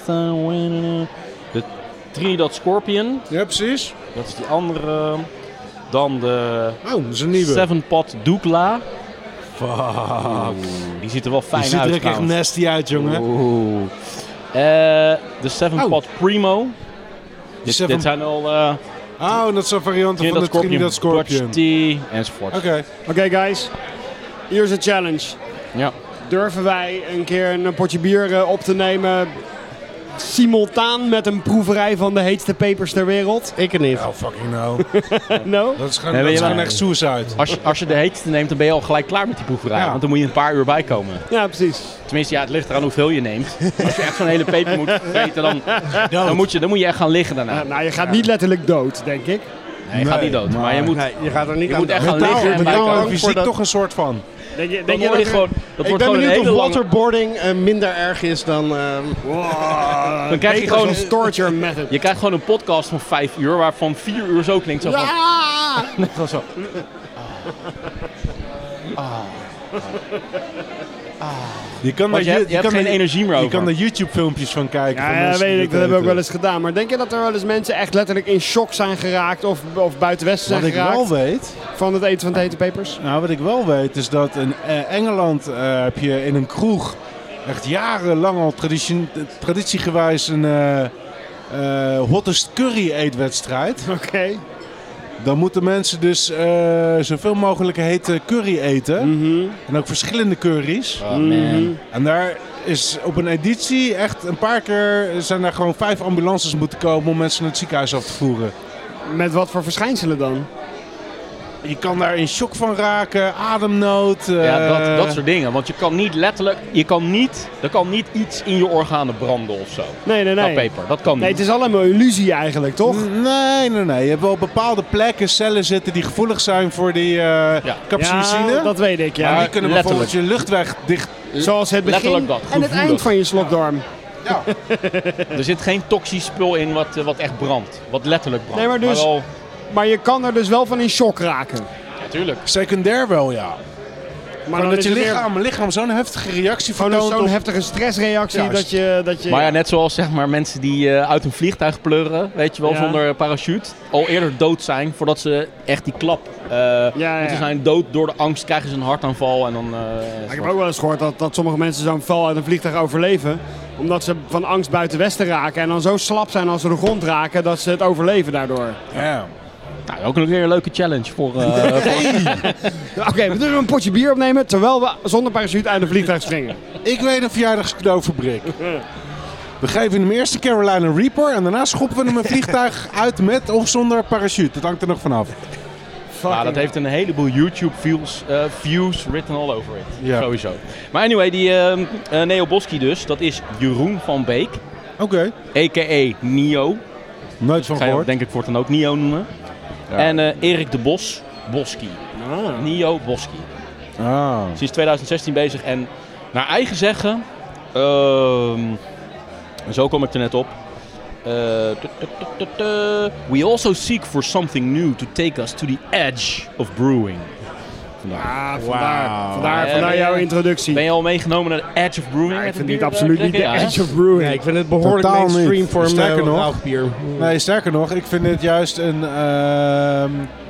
De Trinidad Scorpion. Ja, precies. Dat is die andere. Dan de Oh, dat is een nieuwe. Seven Pot Douglas. Fuck. Oeh, die ziet er wel Die fijn ziet er uit echt trouwens. nasty uit, jongen. Oeh. Eh, de Seven Oh. Pot Primo. Dit, Seven- dit zijn al uh, Oh, dat zijn varianten van de Trinidad Scorpion. Butch Tea enzovoort. Oké. Oké, guys. Hier is een challenge. Ja. Durven wij een keer een potje bier uh, op te nemen simultaan met een proeverij van de heetste pepers ter wereld? Ik er niet. Oh, fucking no. No? Dat is gewoon, Nee, dat weet is je gewoon wat? echt suicide. Als je, als je de heetste neemt, dan ben je al gelijk klaar met die proeverij. Ja. Want dan moet je een paar uur bij komen. Ja, precies. Tenminste, ja, het ligt eraan hoeveel je neemt. Als je echt zo'n hele peper moet vreten, dan, dan, moet je, dan moet je echt gaan liggen daarna. Ja, nou, je gaat niet letterlijk dood, denk ik. Nee, je gaat niet dood. maar- Maar je moet, Nee, je gaat er niet je aan moet echt dood. gaan Mentaal, liggen en mentaal en bijkomen. fysiek toch een soort van. Denk je, Dan denk je word je dat gewoon, dat Ik wordt ben gewoon een benieuwd hele of lange... waterboarding uh, minder erg is dan... Uh, Wow, Dan krijg je gewoon- een torture method. Je krijgt gewoon een podcast van vijf uur, waarvan vier uur zo klinkt. Zo van, Ja! gewoon zo. Je kan Want je daar hebt, je hebt kan geen daar- energie meer Je over. kan er YouTube filmpjes van kijken. Ja, van ja, mensen weet die ik, dit dat heb ik ook eten. wel eens gedaan. Maar denk je dat er wel eens mensen echt letterlijk in shock zijn geraakt of, of buiten Westen zijn Wat ik geraakt wel weet, van het eten van de hete pepers? nou wat ik wel weet is dat in eh, Engeland eh, heb je in een kroeg echt jarenlang al traditie, traditiegewijs een eh, eh, hottest curry eetwedstrijd. Oké. Dan moeten mensen dus eh, zoveel mogelijk hete curry eten. Mhm. En ook verschillende curry's. Oh, man. En daar is op een editie echt een paar keer zijn er gewoon vijf ambulances moeten komen om mensen naar het ziekenhuis af te voeren. Met wat voor verschijnselen dan? Je kan daar in shock van raken, ademnood. eh, Ja, dat, dat soort dingen. Want je kan niet letterlijk, je kan niet, er kan niet iets in je organen branden of zo. Nee, nee, Nou, nee. peper, dat kan Nee, niet. het is allemaal illusie eigenlijk, toch? Nee, nee, nee. Je hebt wel bepaalde plekken, cellen zitten die gevoelig zijn voor die eh capsaicine. Ja, dat weet ik, Maar ja. die kunnen bijvoorbeeld je luchtweg dicht... Zoals het begin letterlijk dat, en het gevoelig. eind van je slokdarm. Ja. Er zit geen toxisch spul in wat, eh, wat echt brandt. Wat letterlijk brandt. Nee, maar dus- wel, Maar je kan er dus wel van in shock raken. natuurlijk. Secundair wel, ja. Maar Maar dan dat is je het weer lichaam, lichaam zo'n heftige reactie gewoon vertoont. zo'n op- heftige stressreactie Juist. dat je... Dat je Maar ja, net zoals zeg maar, mensen die eh, uit een vliegtuig pleuren, weet je wel, Ja. zonder parachute, al eerder dood zijn voordat ze echt die klap. eh ja, Want ze ja. zijn dood door de angst, krijgen ze een hartaanval en dan. eh, Maar ik heb ook wel eens gehoord dat, dat sommige mensen zo'n val uit een vliegtuig overleven. Omdat ze van angst buiten Westen raken. En dan zo slap zijn als ze de grond raken dat ze het overleven daardoor. Ja. Nou, ook nog weer een leuke challenge voor. eh, voor- Oké, we doen een potje bier opnemen terwijl we zonder parachute uit een vliegtuig springen. Ik weet een verjaardagscadeau voor Brik. We geven hem eerst een Carolina Reaper en daarna schoppen we hem een vliegtuig uit met of zonder parachute. Dat hangt er nog vanaf. Nou, dat heeft een heleboel YouTube views, eh, views written all over it. Ja. Sowieso. Maar anyway, die eh eh, Neo Boski dus, dat is Jeroen van Beek, Oké. a k a. Nio. Nooit van Ga je gehoord. denk ik voortaan ook Nio noemen. Ja. En eh, Erik de Bos, Boski. Nio Boski. Ah. Sinds twintig zestien bezig en naar eigen zeggen, ehm, zo kom ik er net op. Eh, tu- tu- tu- tu- tu. We also seek for something new to take us to the edge of brewing. Vandaar. Ah, vandaar, Wauw. vandaar, Ja, vandaar ben jouw je- introductie. Ben je al meegenomen naar de edge of brewing? Ja, ik Even vind dit bier, absoluut eh, niet de drinken? Ja, edge of brewing. nee, ik vind het behoorlijk Totaal mainstream niet. voor een Sterker uh, nog. rauwbier. Nee, sterker nog, ik vind dit juist een, ehm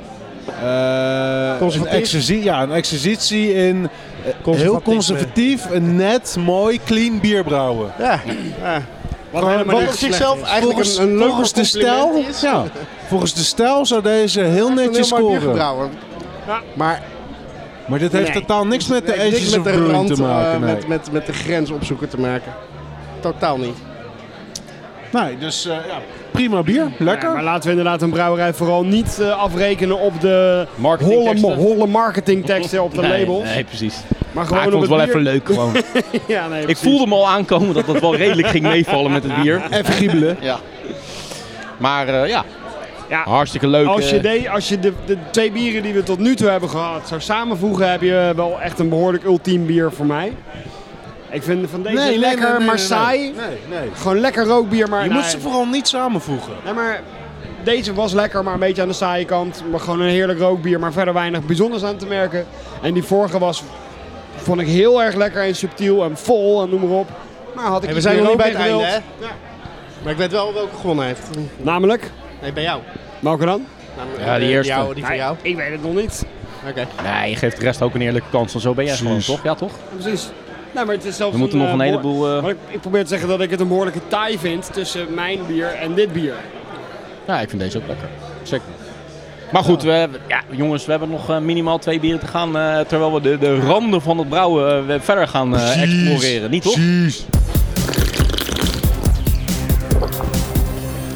eh, een, Conservatief? exercitie, ja, een exercitie in eh, heel Conservatisme. conservatief, een net, mooi, clean bier brouwen. Ja, ja. Wat Wat helemaal op niet slecht zichzelf is. eigenlijk Volgens, een, een leuke volgens de stijl, compliment is. ja, volgens de stijl zou deze heel Echt een netjes heel mooi bier scoren. gebrouwen. Ja. Maar Maar dit heeft Nee. totaal niks met de nee, niks edges met of de brewing rand, te maken. eh, Nee. met, met, met de grens opzoeken te maken. Totaal niet. nee, dus eh, ja, prima bier, lekker. Ja, maar laten we inderdaad een brouwerij vooral niet eh, afrekenen op de holle, Marketingteksten. holle marketingteksten op de Nee, labels. Nee, precies. Maar Maar gewoon ik op vond het het wel bier. even leuk gewoon. Ja, nee, Ik precies. voelde me al aankomen dat het wel redelijk ging meevallen met het bier. Even giebelen. Ja. Maar eh, ja, Ja, hartstikke leuk. als je, eh. de, als je de, de twee bieren die we tot nu toe hebben gehad zou samenvoegen, heb je wel echt een behoorlijk ultiem bier voor mij. Ik vind van deze Nee, nee, lekker, nee, nee, maar nee, saai. Nee, nee. Gewoon lekker rookbier, maar... Je nee. moet ze vooral niet samenvoegen. Nee, maar deze was lekker, maar een beetje aan de saaie kant. Maar gewoon een heerlijk rookbier, maar verder weinig bijzonders aan te merken. En die vorige was, vond ik heel erg lekker en subtiel en vol en noem maar op. Maar had ik Hey, we iets zijn meer nog niet bij rook het in einde, gewild. hè? Maar ik weet wel welke gewonnen heeft. Namelijk, Nee, bij jou. welke dan? Namelijk, Ja, die eh, eerste. Jou, die van Nee, jou. ik weet het nog niet. Oké. Nee, je geeft de rest ook een eerlijke kans. En zo ben jij gewoon, Precies. toch? Ja, toch? Ja, precies. Nee, maar het is zelfs We moeten nog eh, een behoor- heleboel... eh, maar ik, ik probeer te zeggen dat ik het een behoorlijke taai vind tussen mijn bier en dit bier. Ja, ik vind deze ook lekker. Zeker. Maar goed, we, ja, jongens, we hebben nog eh, minimaal twee bieren te gaan. eh, terwijl we de, de randen van het brouwen eh, we verder gaan eh, exploreren. Niet toch? Precies.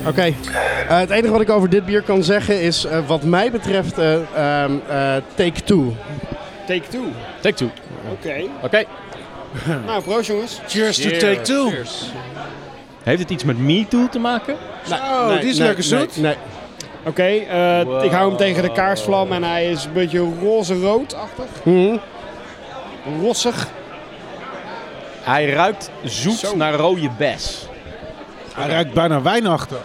Oké. Uh, het enige wat ik over dit bier kan zeggen is, uh, wat mij betreft, uh, um, uh, Take Two. Take Two. Take Two. Oké. Oké. Okay. Nou, proost jongens. Cheers to Take Two. Heeft het iets met Me Too te maken? Nee, oh, nee, die is nee, lekker zoet. Nee, nee. Oké, okay, uh, wow. Ik hou hem tegen de kaarsvlam en hij is een beetje roze-roodachtig. Mm-hmm. Rossig. Hij ruikt zoet Zo. naar rode bes. Hij ruikt bijna wijnachtig.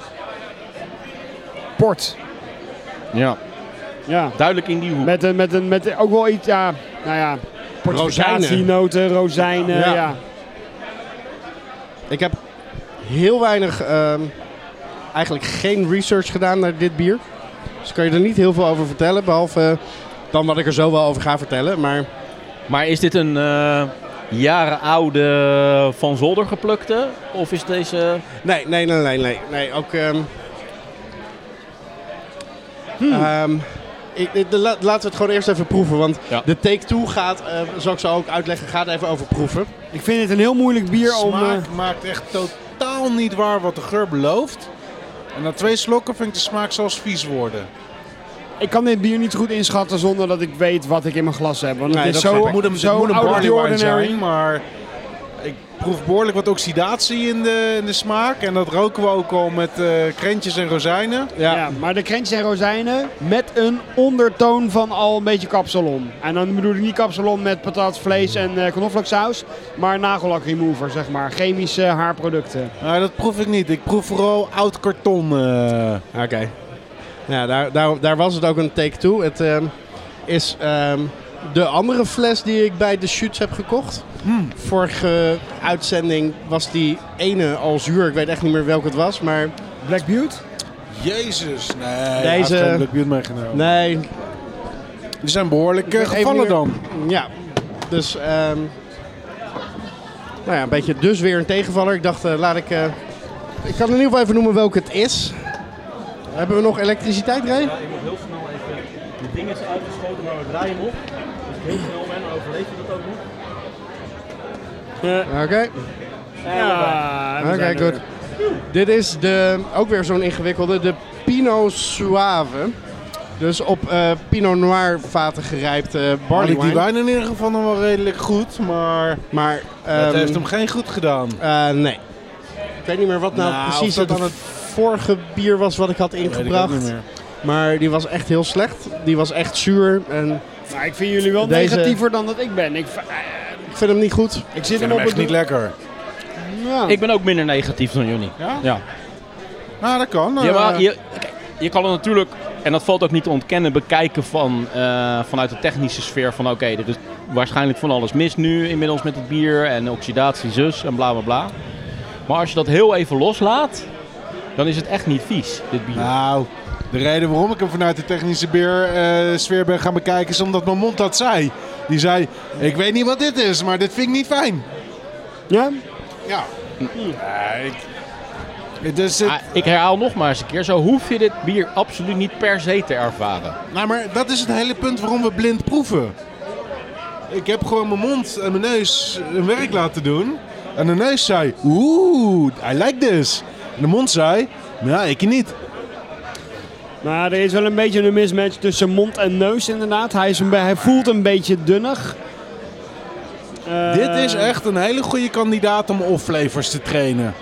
Port. Ja. Ja. Duidelijk in die hoek. Met, een, met, een, met ook wel iets, ja, nou ja, portificatienoten, rozijnen, ja. ja. Ik heb heel weinig, um, eigenlijk geen research gedaan naar dit bier. Dus kan je er niet heel veel over vertellen, behalve uh, dan wat ik er zo wel over ga vertellen. Maar, maar is dit een uh, jaren oude Van Zolder geplukte? Of is deze... Nee, nee, nee, nee. nee, nee ook... Um, hmm. um, ik, de, de, laten we het gewoon eerst even proeven, want ja. de Take Two gaat, uh, zal ik zo ook uitleggen, gaat even over proeven. Ik vind het een heel moeilijk bier Smaak om... Uh... maakt echt totaal niet waar wat de geur belooft. En na twee slokken vind ik de smaak zelfs vies worden. Ik kan dit bier niet goed inschatten zonder dat ik weet wat ik in mijn glas heb. Want nee, het is dat zo, het moet een, zo moet een out of the ordinary zijn, maar ik proef behoorlijk wat oxidatie in de, in de smaak. En dat roken we ook al met uh, krentjes en rozijnen. Ja. ja, maar de krentjes en rozijnen met een ondertoon van al een beetje kapsalon. En dan bedoel ik niet kapsalon met patat, vlees en uh, knoflooksaus, maar nagellak remover, zeg maar. Chemische haarproducten. Nou, dat proef ik niet. Ik proef vooral oud karton. Uh... Oké. Okay. Ja, daar, daar, daar was het ook een Take Two. Het uh, is um, de andere fles die ik bij de Shoots heb gekocht. Hmm. Vorige uitzending was die ene al zuur. Ik weet echt niet meer welke het was, maar... Black Butte? Jezus, nee. Deze... Hij heeft Black Butte meegenomen. Nee. Die zijn behoorlijk uh, gevallen meer... dan. Ja, dus... Um, nou ja, een beetje dus weer een tegenvaller. Ik dacht, uh, laat ik... Uh, ik kan in ieder geval even noemen welke het is. Hebben we nog elektriciteit, Ray? Ja, ik moet heel snel even... De ding is uitgeschoten, maar we draaien nog. Dus heel snel ben, overleef je dat ook nog? Oké. Okay. Ja, Oké, okay, goed. Dit is de, ook weer zo'n ingewikkelde, de Pinot Suave. Dus op uh, Pinot Noir vaten gerijpt uh, barley wine. Die wijn in ieder geval nog wel redelijk goed, maar, maar um, het heeft hem geen goed gedaan. Uh, nee. Ik weet niet meer wat nou, nou precies het, het vorige bier was wat ik had ingebracht. Ik niet meer. Maar die was echt heel slecht. Die was echt zuur. En nou, ik vind jullie wel deze... negatiever dan dat ik ben. Ik, uh, ik vind hem niet goed. Ik zit hem op echt het niet lekker. Ja. Ik ben ook minder negatief dan jullie. Ja? Ja. Nou, dat kan. Ja, maar je, je kan het natuurlijk, en dat valt ook niet te ontkennen, bekijken van, uh, vanuit de technische sfeer van oké, okay, er is waarschijnlijk van alles mis nu inmiddels met het bier en oxidatie zus en bla bla bla. Maar als je dat heel even loslaat, dan is het echt niet vies, dit bier. Nou, de reden waarom ik hem vanuit de technische bier uh, sfeer ben gaan bekijken is omdat mijn mond dat zei. Die zei, ik weet niet wat dit is, maar dit vind ik niet fijn. Ja? Ja. Hm. ja ik, dus het, ah, ik herhaal nog maar eens een keer, zo hoef je dit bier absoluut niet per se te ervaren. Nou, maar dat is het hele punt waarom we blind proeven. Ik heb gewoon mijn mond en mijn neus hun werk laten doen. En de neus zei, oeh, I like this. En de mond zei, nou, ik niet. Nou, er is wel een beetje een mismatch tussen mond en neus inderdaad. Hij, is een be- hij voelt een beetje dunnig. Uh, Dit is echt een hele goede kandidaat om off-flavors te trainen.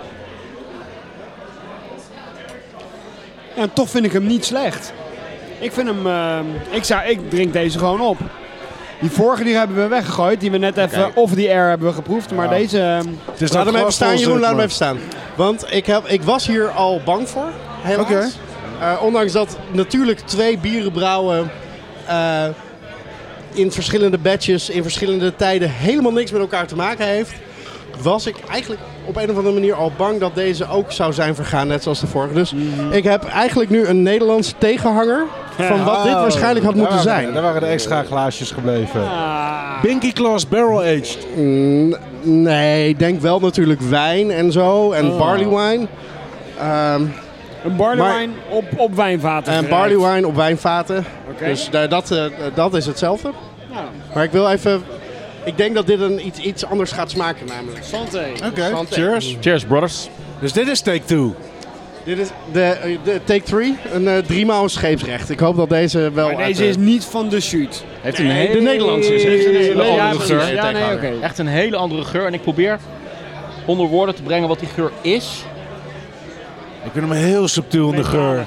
Ja, en toch vind ik hem niet slecht. Ik vind hem... Uh, ik, zou, ik drink deze gewoon op. Die vorige die hebben we weggegooid. Die we net even okay. off the air hebben we geproefd. Maar ja. deze... Uh, dus laat hem even staan, Jeroen. Laat hem even staan. Want ik, heb, ik was hier al bang voor. Helaas. Okay. Uh, ondanks dat natuurlijk twee bieren brouwen... Uh, in verschillende batches, in verschillende tijden helemaal niks met elkaar te maken heeft, was ik eigenlijk op een of andere manier al bang dat deze ook zou zijn vergaan, net zoals de vorige. Dus mm. ik heb eigenlijk nu een Nederlandse tegenhanger van wat oh, dit waarschijnlijk had moeten waren, zijn. Daar waren de extra glaasjes gebleven. Ah. Binky Claus Barrel Aged. Mm, nee, ik denk wel natuurlijk wijn en zo en oh. barley wine. Um, Een barley maar, wine op, op wijnvaten. En barley wine op wijnvaten. Okay. Dus uh, dat, uh, dat is hetzelfde. Ja. Maar ik wil even... Ik denk dat dit een iets, iets anders gaat smaken namelijk. Santé. Oké, okay. cheers. Cheers, brothers. Dus dit is Take Two. Dit is de, de Take three, een uh, driemaal een scheepsrecht. Ik hoop dat deze wel... Maar deze de... is niet van de shoot. Heeft een nee, hele, de Nederlandse is heeft een hele nee, andere ja, geur. Ja, nee, okay. Echt een hele andere geur. En ik probeer onder woorden te brengen wat die geur is. Ik vind hem heel subtiel in de geur.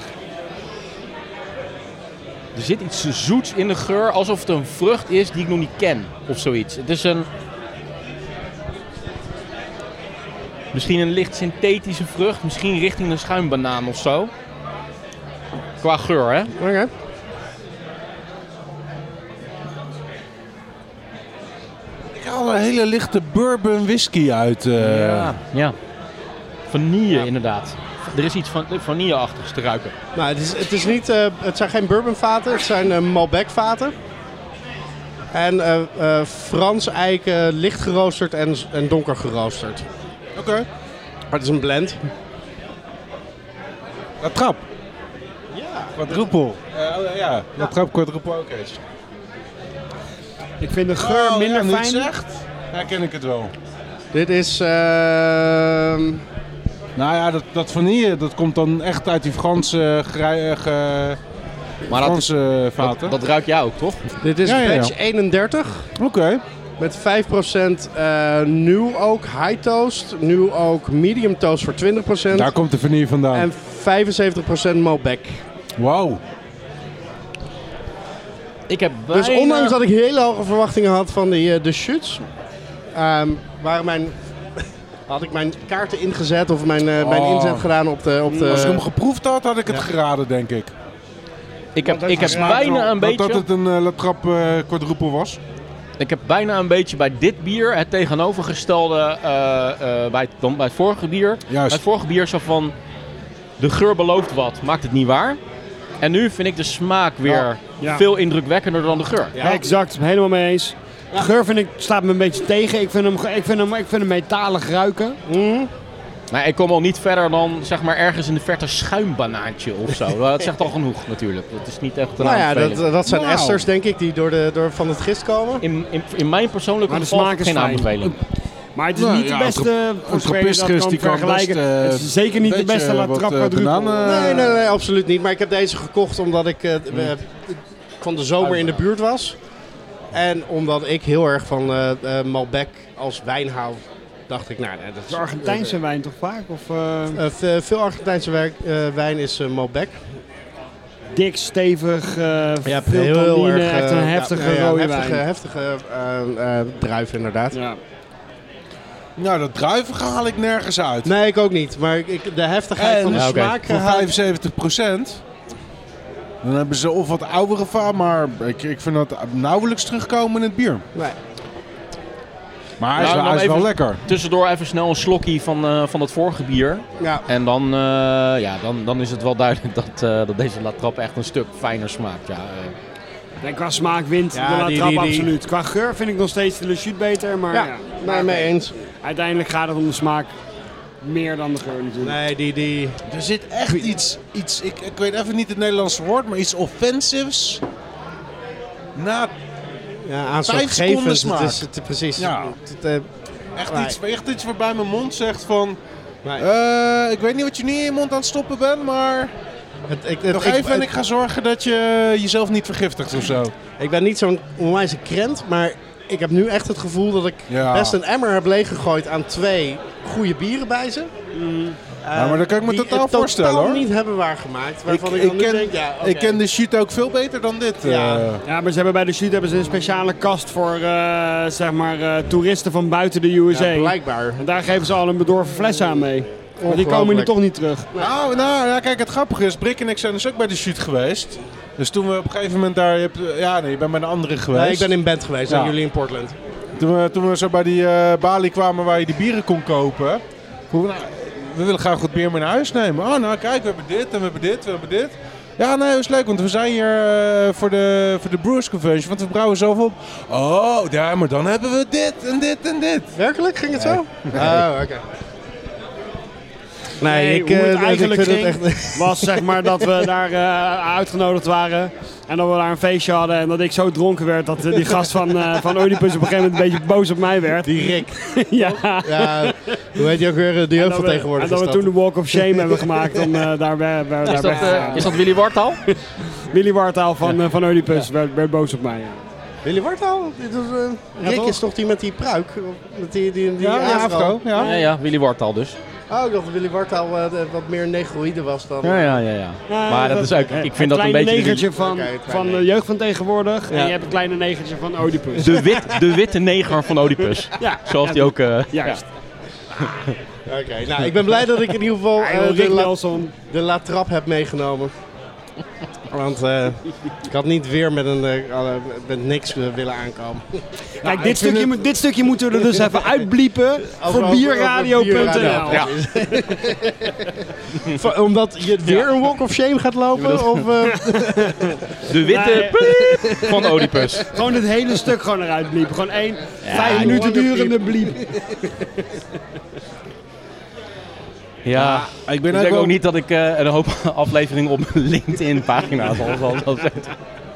Er zit iets zoets in de geur, alsof het een vrucht is die ik nog niet ken. Of zoiets. Het is een... Misschien een licht synthetische vrucht. Misschien richting een schuimbanaan of zo. Qua geur, hè? Oké. Okay. Ik haal een hele lichte bourbon whisky uit. Uh... Ja, ja. Vanille ja. inderdaad. Er is iets van vanilleachtigs te ruiken. Nou, het, is, het, is niet, uh, het zijn geen bourbonvaten, het zijn uh, Malbec-vaten. En uh, uh, Frans eiken, licht geroosterd en, en donker geroosterd. Oké. Okay. Maar het is een blend. La Trappe. Ja. Quadruple. Uh, ja, La Trappe Quadruple ook eens. Ik vind de geur oh, minder ja, fijn. Zegt, herken ik het wel. Dit is... Uh... Nou ja, dat, dat vanille, dat komt dan echt uit die Franse, uh, ge... maar Franse dat, vaten. Dat, dat ruik jij ook, toch? Dit is ja, ja, batch ja. eenendertig. Oké. Okay. Met vijf procent uh, nieuw oak high toast, nieuw oak medium toast voor twintig procent. Daar komt de vanille vandaan. En vijfenzeventig procent Malbec. Wauw. Ik heb bijna... Dus ondanks dat ik hele hoge verwachtingen had van de, uh, de shoots, um, waren mijn... had ik mijn kaarten ingezet of mijn, uh, mijn oh. inzet gedaan op de, op de... Als ik hem geproefd had, had ik het ja. geraden, denk ik. Ik heb, ik heb bijna een beetje... Dat het een uh, La Trappe uh, quadruple was. Ik heb bijna een beetje bij dit bier het tegenovergestelde uh, uh, bij, het, dan bij het vorige bier. Juist. Bij het vorige bier zo van, de geur belooft wat, maakt het niet waar. En nu vind ik de smaak weer ja. Ja. veel indrukwekkender dan de geur. Ja, exact. Helemaal mee eens. De ja. geur vind ik, staat me een beetje tegen. Ik vind hem, ik vind hem, ik vind hem metalig ruiken. Mm. Maar ik kom al niet verder dan zeg maar ergens in de verte schuimbanaantje of zo. Dat zegt al genoeg natuurlijk. Het is niet echt een nou ja, dat, dat zijn wow. esters denk ik die door de, door van het gist komen. In, in, in mijn persoonlijke maar geval geen aanbeveling. Maar het is nou, niet de beste trappistgist die kan vergelijken. Best, uh, het is zeker niet de beste La Trappe quadruple. Uh, nee, nee, nee, absoluut niet. Maar ik heb deze gekocht omdat ik uh, mm. uh, van de zomer in de buurt was. En omdat ik heel erg van uh, uh, Malbec als wijn hou, dacht ik, nou... Nee, dat is Argentijnse uh, wijn toch vaak? Of, uh... Uh, veel Argentijnse wijn, uh, wijn is uh, Malbec. Dik, stevig, uh, ja, veel heel, tannine, heel erg, echt een heftige ja, ja, rode heftige, wijn. Heftige uh, uh, druif inderdaad. Ja. Nou, dat druivige haal ik nergens uit. Nee, ik ook niet. Maar ik, de heftigheid en, van de ja, okay. smaak... Voor vijfenzeventig procent... Dan hebben ze of wat oudere va, maar ik, ik vind dat nauwelijks terugkomen in het bier. Nee. Maar hij is, nou, wel, hij is wel lekker. Tussendoor even snel een slokje van, uh, van het vorige bier. Ja. En dan, uh, ja, dan, dan is het wel duidelijk dat, uh, dat deze La Trappe echt een stuk fijner smaakt. Ja, uh. En qua smaak wint ja, de La Trappe absoluut. Qua geur vind ik nog steeds de Le Chute beter. Maar ja, ja nee, mee eens. Uiteindelijk gaat het om de smaak. Meer dan de geur natuurlijk. Nee, die, die... Er zit echt iets, iets ik, ik weet even niet het Nederlandse woord, maar iets offensives. Na ja, aanstootgevend. smaak. Het is het, precies. Ja. Het, het, uh, echt, iets, echt iets waarbij mijn mond zegt van... Nee. Uh, ik weet niet wat je nu in je mond aan het stoppen bent, maar... Het, ik, het, Nog ik, even het, en ik ga zorgen dat je jezelf niet vergiftigt of zo. Ik ben niet zo'n onwijze krent, maar... Ik heb nu echt het gevoel dat ik ja. best een emmer heb leeggegooid aan twee goede bieren bij ze. Mm. Uh, ja, maar dat kan ik me totaal voorstellen hoor. Die het niet hebben waargemaakt. Waarvan ik, ik, ik, ken, denk, ja, okay. ik ken de Chute ook veel beter dan dit. Ja, uh. ja maar ze hebben bij de Chute hebben ze een speciale kast voor uh, zeg maar, uh, toeristen van buiten de U S A. Ja, blijkbaar. En daar geven ze al een bedorven fles aan mee. Maar die komen nu toch niet terug. Nee. Nou, nou ja, kijk, het grappige is, Brik en ik zijn dus ook bij de Chute geweest. Dus toen we op een gegeven moment daar... Je hebt, ja, nee, je bent bij een andere geweest. Nee, ik ben in Bent geweest, ja. En jullie in Portland. Toen we, toen we zo bij die uh, balie kwamen waar je die bieren kon kopen. We, nou, we willen graag wat bier mee naar huis nemen. Oh, nou kijk, we hebben dit en we hebben dit, we hebben dit. Ja, nee, dat is leuk, want we zijn hier uh, voor, de, voor de Brewers Convention, want we brouwen zoveel op. Oh, ja, maar dan hebben we dit en dit en dit. Werkelijk? Ging het zo? Nee. Oh, oké. Okay. Nee, Nee, ik, hoe het uh, eigenlijk ik vind ging, het echt... was zeg maar dat we daar uh, uitgenodigd waren. En dat we daar een feestje hadden. En dat ik zo dronken werd dat uh, die gast van, uh, van Oedipus op een gegeven moment een beetje boos op mij werd. Die Rick. ja. Ja, hoe heet je ook weer? De jeugdvertegenwoordiger. En dat we toen de Walk of Shame hebben gemaakt om uh, daar, bij, bij, Is daar dat, weg te uh, gaan. is dat Willy Wartaal? Willy Wartaal van, uh, van Oedipus werd, werd boos op mij. Ja. Willy Wartaal? Dit is, uh, Ja, Rick toch? is toch die met die pruik? Met die, die, die Ja, ja, afro? afro. Ja. Ja, ja, Willy Wartaal dus. Oh, ik dacht dat Willy Wartaal uh, de- wat meer negroïde was dan... Ja, ja, ja. ja. Ja, Maar dat is ook, ik vind dat een beetje... Het kleine de- negertje van, Oké, het van kleine de jeugd van tegenwoordig. Ja. En je hebt het kleine negertje van Oedipus. De, wit, de witte neger van Oedipus. Ja, Zoals ja, die ook... uh, Juist. Oké, nou, ik ben blij dat ik in ieder geval Ja, uh, Rick de, la, Nelson. de La Trappe heb meegenomen. Want uh, ik had niet weer met, een, uh, met niks uh, willen aankomen. Kijk, ik dit, stukje, vind moet- dit stukje moeten we er dus even uitbliepen Als voor we over- bierradio over punt n l. bierradio. Ja. Van- Omdat je weer een walk of shame gaat lopen? Of, uh, De witte Nee. bliep van Oedipus. Gewoon het hele stuk gewoon eruit bliepen. Gewoon één Ja, vijf minuten lange durende bliep. Ja, Ik ben ik denk ook ook wel... niet dat ik uh, een hoop afleveringen op mijn LinkedIn-pagina zal, zal, zal zetten.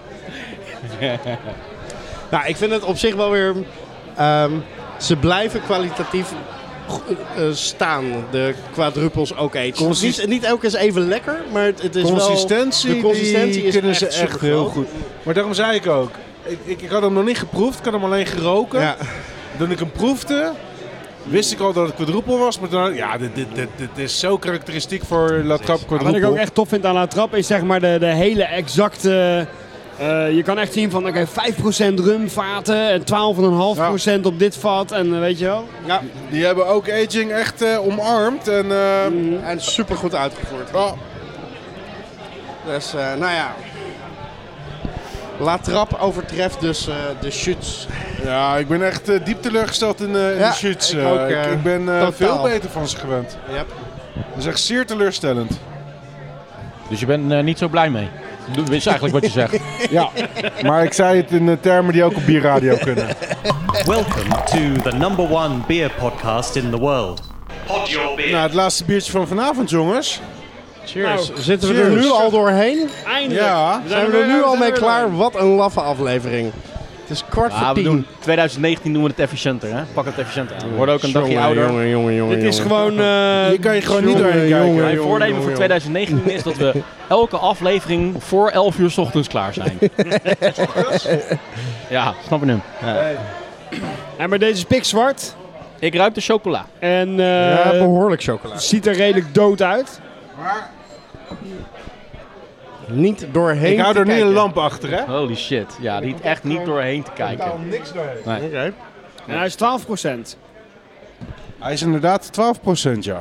nou, ik vind het op zich wel weer... Um, ze blijven kwalitatief uh, staan, de quadruples ook age. Consist- Niet, niet elke keer is even lekker, maar het, het is Consistentie, wel... De consistentie die is kunnen ze echt, echt heel supergroot. goed. Maar daarom zei ik ook, ik, ik, ik had hem nog niet geproefd, ik had hem alleen geroken. Ja. Toen ik hem proefde, wist ik al dat het quadruple was. Maar toen, ja, dit, dit, dit, dit is zo karakteristiek voor La Trappe Wat quadruple. ik ook echt tof vind aan La Trappe is zeg maar de, de hele exacte... Uh, je kan echt zien van oké, vijf procent rumvaten en twaalf komma vijf procent op dit vat en uh, weet je wel. Ja, Die hebben ook aging echt uh, omarmd. En, uh, Mm. en super goed uitgevoerd. oh, Dus, uh, nou ja... La Trappe overtreft dus uh, de chutes. ja, ik ben echt uh, diep teleurgesteld in, uh, in Ja, de shoots. ik Uh, ook, uh, ik, ik ben uh, totaal. veel beter van ze gewend. Yep. Dat is echt zeer teleurstellend. Dus je bent uh, niet zo blij mee. Dat is eigenlijk wat je zegt. Ja, maar ik zei het in uh, termen die ook op bierradio kunnen. Welcome to the number one beer podcast in the world. Pod your beer. Nou, het laatste biertje van vanavond, jongens. Cheers. Nou, Zitten we cheers. er nu al doorheen? Eindelijk. Ja. We Zijn we er nu al mee klaar? Wat een laffe aflevering. Het is kwart Ah, voor we tien. doen twintig negentien doen we het efficiënter, hè? Pak het efficiënter aan. We worden ook een dagje Jongen, ouder. Jongen, jongen, jongen. Dit is jongen. gewoon... uh, Hier kan je gewoon niet jongen, doorheen jongen, kijken. Mijn jongen, voornemen jongen, voor twintig negentien is dat we elke aflevering voor elf uur 's ochtends klaar zijn. Ja, snap je nu. en maar deze is pikzwart Ik ruik de chocola. en uh, Ja, behoorlijk chocola. ziet er redelijk dood uit. Niet doorheen Ik hou te er niet kijken. een lamp achter, hè? Holy shit. Ja, niet echt niet doorheen te kijken. niks doorheen. Oké. En hij is twaalf procent. Hij is inderdaad twaalf procent, ja.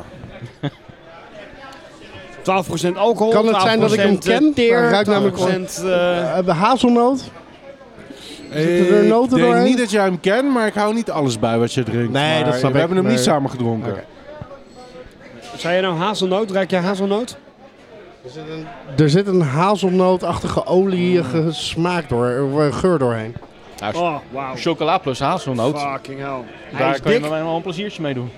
twaalf procent alcohol. Kan het zijn dat ik hem twaalf procent ken? teer, Hij ruikt namelijk twaalf procent, uh, Uh, hazelnoot? Zitten er noten ik denk doorheen? niet dat jij hem kent, maar ik hou niet alles bij wat je drinkt. Nee, Maar dat snap we ik, hebben hem maar- niet samen gedronken. Oké. zei je nou hazelnoot? Ruik jij hazelnoot? Er zit een hazelnootachtige olieige smaak door, uh, geur doorheen. Nou, Oh, wauw. chocola plus hazelnoot. Fucking hell. Hij Daar is kan je dik. met mij wel een pleziertje mee doen.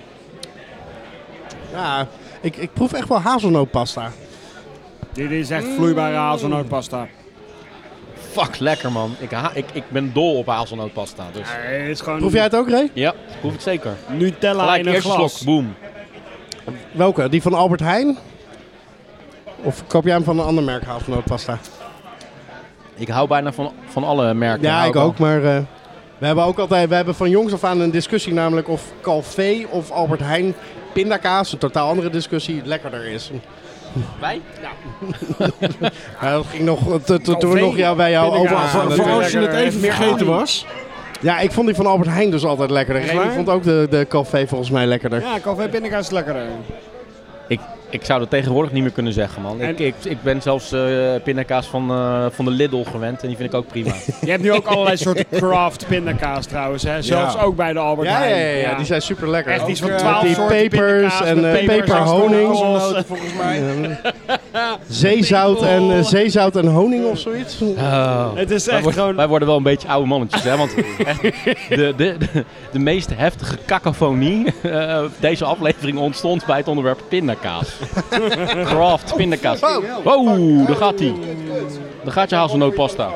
Ja, ik, ik proef echt wel hazelnootpasta. Dit is echt vloeibare hazelnootpasta. Fuck, lekker man. Ik, ha ik, ik ben dol op hazelnootpasta. Dus. Nee, het is gewoon Proef jij het ook, Ray? Ja, proef ik zeker. Nutella Gelijk, in een eerste glas. slok, boom. Welke? Die van Albert Heijn? Of koop jij hem van een ander merk hazelnootpasta? Ik hou bijna van, van alle merken. Ja, Hou ik ook, maar uh, we hebben ook altijd, we hebben van jongs af aan een discussie namelijk of Calvé of Albert Heijn pindakaas, een totaal andere discussie, lekkerder is. Wij? Ja, dat ging nog t- t- toen we Calvé, nog ja, bij jou over pindakaas. gaan. Voor, natuurlijk. voor als je het even Meer vergeten olie. was. Ja, ik vond die van Albert Heijn dus altijd lekkerder. Echt Remy waar? vond ook de, de Calvé volgens mij lekkerder. Ja, café pindakaas is lekkerder. Ik, ik zou dat tegenwoordig niet meer kunnen zeggen, man. En- Ik, ik, ik ben zelfs uh, pindakaas van, uh, van de Lidl gewend en die vind ik ook prima. Je hebt nu ook allerlei soorten craft pindakaas trouwens, hè? Zelfs Ja. ook bij de Albert Ja, ja, Heijn. ja, ja, die zijn super lekker. Echt iets van Ook, eh, twaalf die soorten pepers pindakaas en, met eh, pepers, peperhoning. hazelnoten, Volgens mij. zeezout en, uh, zeezout en honing of zoiets. Oh. Het is Wij echt worden, gewoon... wij worden wel een beetje oude mannetjes, hè? Want echt, de, de, de, de meest heftige cacophonie uh, deze aflevering ontstond bij het onderwerp pindakaas. Craft pindakaas. Wow, daar gaat hij. Daar gaat je hazelnootpasta.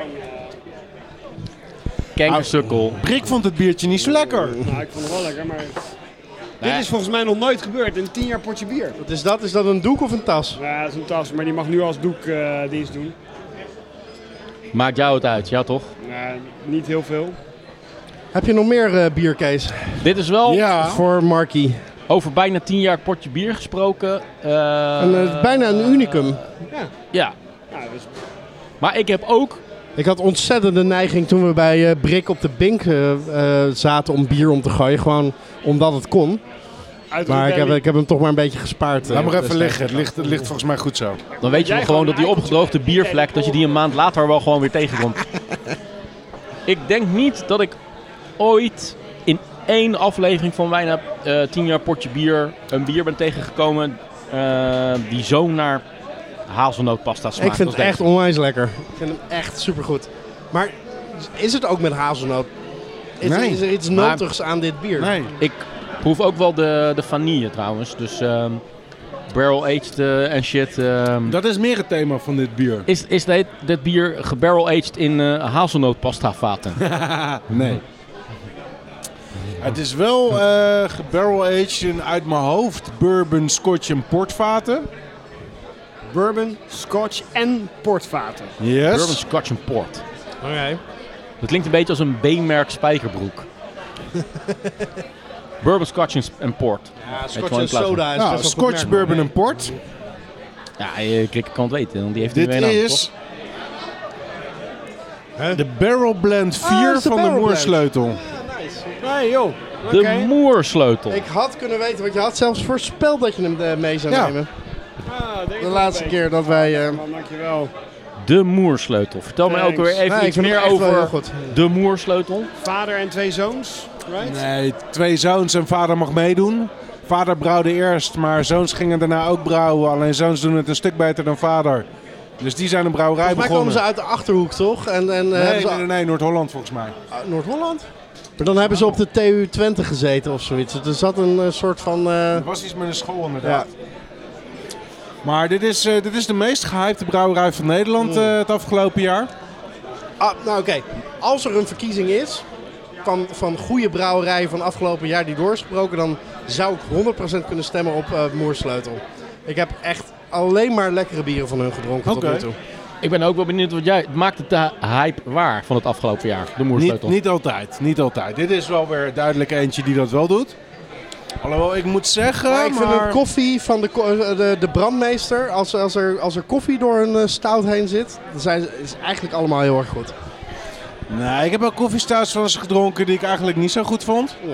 Kankersukkel. Brik vond het biertje niet zo lekker. Nou, ik vond het wel lekker, maar... Nee. Dit is volgens mij nog nooit gebeurd in tien jaar potje bier. Wat is dat? Is dat een doek of een tas? Ja, dat is een tas, maar die mag nu als doek uh, dienst doen. Maakt jou het uit, ja toch? Nou, niet heel veel. Heb je nog meer uh, bier, Kees? Dit is wel Ja. Voor Markie. over bijna tien jaar potje bier gesproken. Uh, En, uh, bijna een unicum. Ja. Ja, Ja, dus maar ik heb ook... Ik had ontzettend de neiging toen we bij uh, Brik op de Bink uh, uh, zaten om bier om te gooien. Gewoon omdat het kon. uit Maar ik heb, Rebellie. ik heb hem toch maar een beetje gespaard. uh, Laat maar even destijds. liggen. Het ligt, het ligt volgens mij goed zo. Dan weet je Jij wel gewoon gewoon dat die een opgedroogde biervlek, dat je die een maand later wel gewoon weer tegenkomt. Ik denk niet dat ik ooit in één aflevering van bijna uh, tien jaar potje bier een bier ben tegengekomen uh, die zo naar hazelnootpasta smaakt. Ik vind als het echt deze. onwijs lekker. Ik vind hem echt supergoed. Maar is het ook met hazelnoot? Is, er, Nee. is er iets Maar- notigs aan dit bier? Nee. Ik proef ook wel de, de vanille trouwens. Dus um, barrel-aged uh, en shit. Um, Dat is meer het thema van dit bier. is is dit, dit bier gebarrel-aged in uh, hazelnootpasta vaten? Nee. Het is wel uh, gebarrel-aged in uit mijn hoofd bourbon, scotch en portvaten. Bourbon, scotch en portvaten. Yes. Bourbon, scotch en port. Oké. Dat klinkt een beetje als een B-merk spijkerbroek. Bourbon, scotch en- en port. Ja, Weet je scotch wel, in en plaats van- soda is Nou, best wel goed scotch, merk, bourbon man. en port. Ja, je Krikke kan het weten, want die heeft Dit nu weer een naam, is Hè? de Barrel Blend vier Ah, dat is de van de Barrel Blend. Moersleutel. Nee joh. toch? Oké. De moersleutel. Ik had kunnen weten, want je had zelfs voorspeld dat je hem uh, mee zou Ja. nemen. Ah, denk De ik laatste wel keer dat wij... uh, Man, dankjewel. De moersleutel. Vertel mij ook Thanks. weer even nee, ik iets vind hem meer echt wel heel over goed. de moersleutel. Vader en twee zoons, right? Nee, twee zoons en vader mag meedoen. Vader brouwde eerst, maar zoons gingen daarna ook brouwen. Alleen zoons doen het een stuk beter dan vader. Dus die zijn een brouwerij Volgens mij komen begonnen. ze uit de Achterhoek, toch? En, en, uh, Nee, hebben ze- nee, nee, nee, Noord-Holland volgens mij. Ah, Noord-Holland? Maar dan hebben ze op de T U Twente gezeten of zoiets. Er zat een uh, soort van... uh, Er was iets met een school inderdaad. Maar dit is, uh, dit is de meest gehypte brouwerij van Nederland uh, het afgelopen jaar. Ah, nou oké, als er een verkiezing is van, van goede brouwerijen van afgelopen jaar die doorgesproken, dan zou ik honderd procent kunnen stemmen op uh, Moersleutel. Ik heb echt alleen maar lekkere bieren van hun gedronken Oké. tot nu toe. Ik ben ook wel benieuwd wat jij... Maakt het de hype waar van het afgelopen jaar? De Niet, moersleutel. niet altijd, niet altijd. Dit is wel weer duidelijk eentje die dat wel doet. Alhoewel, ik moet zeggen... Maar ik vind maar- een koffie van de, ko- de, de brandmeester, als, als, er, als er koffie door een uh, stout heen zit, dan zijn, ze- is eigenlijk allemaal heel erg goed. Nee, ik heb ook koffiestouts van ze gedronken die ik eigenlijk niet zo goed vond. Nee.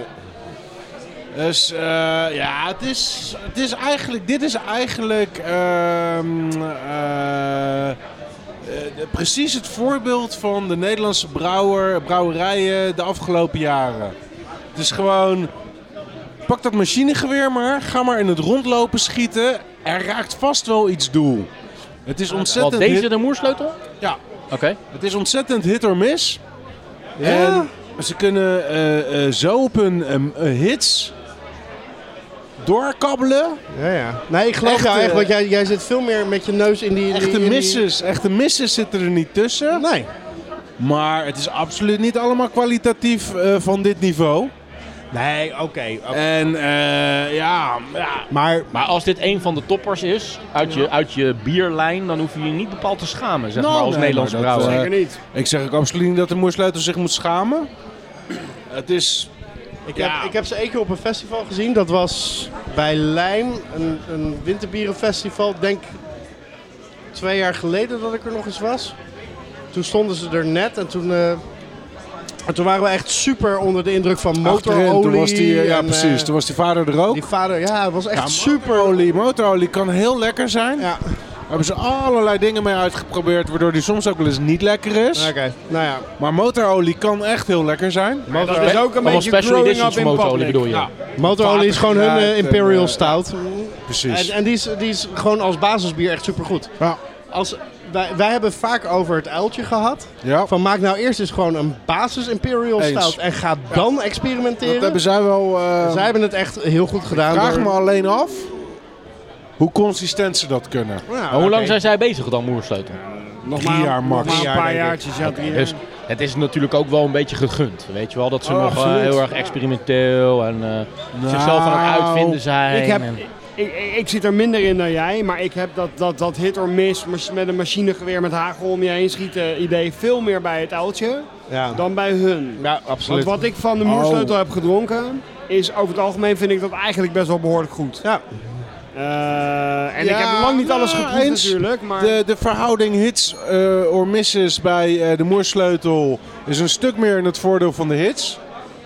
Dus eh, ja, het is, het is eigenlijk, dit is eigenlijk ehm, eh, eh, precies het voorbeeld van de Nederlandse brouwer, brouwerijen de afgelopen jaren. Het is gewoon, pak dat machinegeweer maar, ga maar in het rondlopen schieten. Er raakt vast wel iets doel. Het is Wat, ontzettend deze hit, de moersleutel? ja, Oké. het is ontzettend hit or miss. Ja. En ze kunnen eh, eh, zo op hun um, eh, hits doorkabbelen. Ja, ja. Nee, ik geloof Echt, jou echt, eh, want jij, jij zit veel meer met je neus in die... in die- Echte in die- misses, echte misses zitten er niet tussen. Nee. Maar het is absoluut niet allemaal kwalitatief eh, van dit niveau. Nee, oké. oké. En eh, ja, ja, Maar Maar als dit een van de toppers is uit je, uit je bierlijn, dan hoef je je niet bepaald te schamen, zeg Nou, maar, als nee, Nederlandse maar dat, brouwer. eh, Zeker niet. ik zeg ook absoluut niet dat de Moersleutel zich moet schamen. Het is... Ik, Ja. heb, ik heb ze één keer op een festival gezien. Dat was bij Lijm, een, een winterbierenfestival. Ik denk twee jaar geleden dat ik er nog eens was. Toen stonden ze er net en toen, eh, en toen waren we echt super onder de indruk van Achterin, motorolie. toen was die, eh, ja en, precies, eh, toen was die vader er ook. die vader, ja, het was echt Ja, super. motorolie, motorolie kan heel lekker zijn. Ja, Daar hebben ze allerlei dingen mee uitgeprobeerd, waardoor die soms ook wel eens niet lekker is. oké. Nou ja, Maar motorolie kan echt heel lekker zijn. Dat is ook een Allemaal beetje special growing editions up van in motorolie public. bedoel je? Ja. motorolie is gewoon hun eh, Watergeluid en, Imperial eh, Stout. precies. En, en die, is, die is gewoon als basisbier echt supergoed. Ja. Als, wij, wij hebben vaak over het uiltje gehad. Ja. Van maak nou eerst eens gewoon een basis Imperial Eens. Stout en ga dan experimenteren. Dat hebben zij wel... Uh, zij hebben het echt heel goed gedaan. vraag door... me alleen af hoe consistent ze dat kunnen. Ja, Maar hoe oké. lang zijn zij bezig dan, Moersleutel? Nog Drie maar, jaar nog max. maar Drie een jaar, paar denk ik. jaartjes. Ja, drie jaar. Dus het is natuurlijk ook wel een beetje gegund. Weet je wel, dat ze Oh, nog uh, absoluut. heel erg experimenteel en uh, Nou, zichzelf aan het uitvinden zijn. Ik, heb, en- ik, ik, ik zit er minder in dan jij, maar ik heb dat, dat, dat hit or miss mach- met een machinegeweer met hagel om je heen schieten idee veel meer bij het uiltje Ja, dan bij hun. ja Want absoluut. wat ik van de Moersleutel heb gedronken, is over het algemeen vind ik dat eigenlijk best wel behoorlijk goed. Ja, Uh, en Ja, ik heb lang niet alles nou, geproefd eens. natuurlijk, maar De, de verhouding hits uh, or misses bij uh, de Moersleutel is een stuk meer in het voordeel van de hits.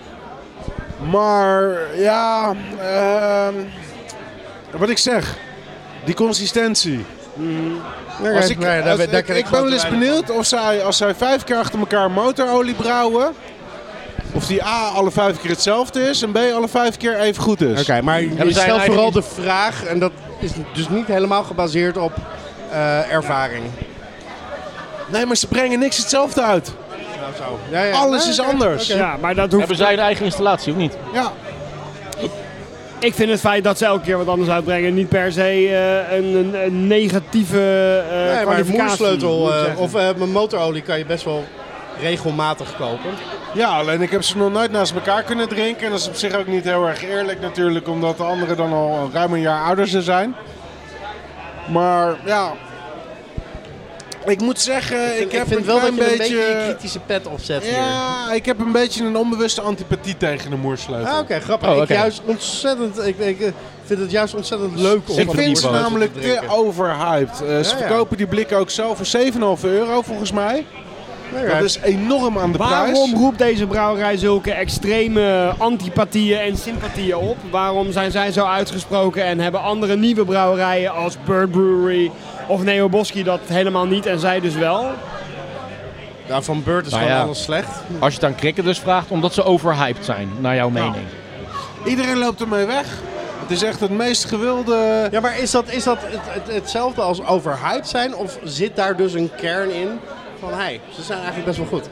Maar ja, uh, wat ik zeg, die consistentie. Daar Als kan- ik, nee, daar als- ben- daar ik, kan ik ben gewoon wel eens te weinig benieuwd of zij, als zij vijf keer achter elkaar motorolie brouwen, of die A alle vijf keer hetzelfde is en B alle vijf keer even goed is. Oké, maar je zijn stelt eigen- vooral de vraag, en dat is dus niet helemaal gebaseerd op uh, ervaring. Nee, maar ze brengen niks hetzelfde uit. Nou, zo. Ja, ja. Alles Nee, is oké, anders. oké. ja, maar dat hoeft. Hebben zij een eigen installatie of niet? Ja. Ik vind het feit dat ze elke keer wat anders uitbrengen niet per se uh, een, een, een negatieve uh, Nee, maar een kwalificatie. moersleutel moet ik uh, zeggen. of uh, mijn motorolie kan je best wel regelmatig kopen. Ja, alleen ik heb ze nog nooit naast elkaar kunnen drinken. En dat is op zich ook niet heel erg eerlijk natuurlijk, omdat de anderen dan al ruim een jaar ouder zijn. Maar ja, ik moet zeggen, ik, Ik, heb vind een wel dat klein je een beetje... beetje je kritische pet opzet hier. Ja, ik heb een beetje een onbewuste antipathie tegen de Moersleutel. Ah, Oké, grappig. Oh, Ik, oké. juist ontzettend, ik, ik uh, vind het juist ontzettend leuk om Ik van vind die ze moersleutel namelijk te te drinken. overhyped. Uh, ze Ja, ja. verkopen die blikken ook zo voor zeven komma vijf euro volgens mij. Oké. Dat is enorm aan de prijs. Waarom roept deze brouwerij zulke extreme antipathieën en sympathieën op? Waarom zijn zij zo uitgesproken en hebben andere nieuwe brouwerijen als Bird Brewery of Neo Boski dat helemaal niet en zij dus wel? Ja, van Bird is Nou gewoon ja. alles slecht. Als je het aan Krikken dus vraagt, omdat ze overhyped zijn, naar jouw mening. Iedereen loopt ermee weg. Het is echt het meest gewilde... Ja, maar is dat, is dat het, het, hetzelfde als overhyped zijn? Of zit daar dus een kern in van, hey, ze zijn eigenlijk best wel goed?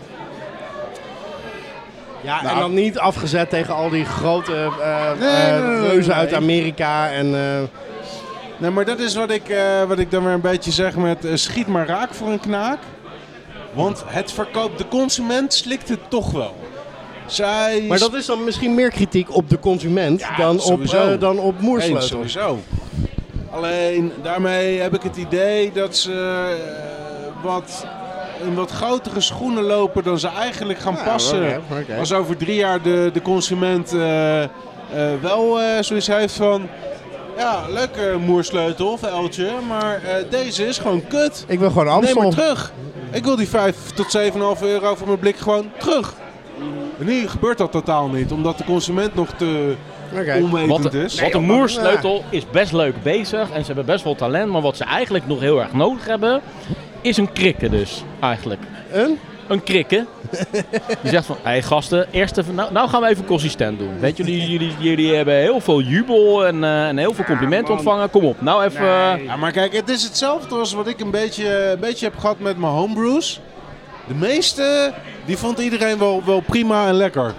Ja, Nou. en dan niet afgezet tegen al die grote uh, Nee, uh, nee, nee, reuzen nee. uit Amerika. En, uh, Nee, maar dat is wat ik, uh, wat ik dan weer een beetje zeg met uh, schiet maar raak voor een knaak. Want het verkoopt, de consument slikt het toch wel. Zij... maar dat is dan misschien meer kritiek op de consument Ja, dan, op, sowieso. uh, dan op Eens, Moersleutel. sowieso. Alleen daarmee heb ik het idee dat ze uh, wat, in wat grotere schoenen lopen dan ze eigenlijk gaan Ja, passen. oké, oké. Als over drie jaar de, de consument uh, uh, wel uh, zoiets heeft van... Ja, leuke moersleutel of uiltje, maar uh, deze is gewoon kut. Ik wil gewoon Neem Amstel. maar terug. Ik wil die vijf tot zeven komma vijf euro voor mijn blik gewoon terug. En nu gebeurt dat totaal niet, omdat de consument nog te Oké. Wat, onwetend de- is. wat een moersleutel is best leuk bezig en ze hebben best wel talent, maar wat ze eigenlijk nog heel erg nodig hebben, is een krikken dus, eigenlijk. Een? Een krikken. Die zegt van, hé hey, gasten, eerst even, nou, nou gaan we even consistent doen. Weet je, jullie, jullie, jullie hebben heel veel jubel en, uh, en heel veel complimenten ontvangen. Kom op, nou even... uh, Ja, maar kijk, het is hetzelfde als wat ik een beetje, een beetje heb gehad met mijn homebrews. De meeste, die vond iedereen wel, wel prima en lekker.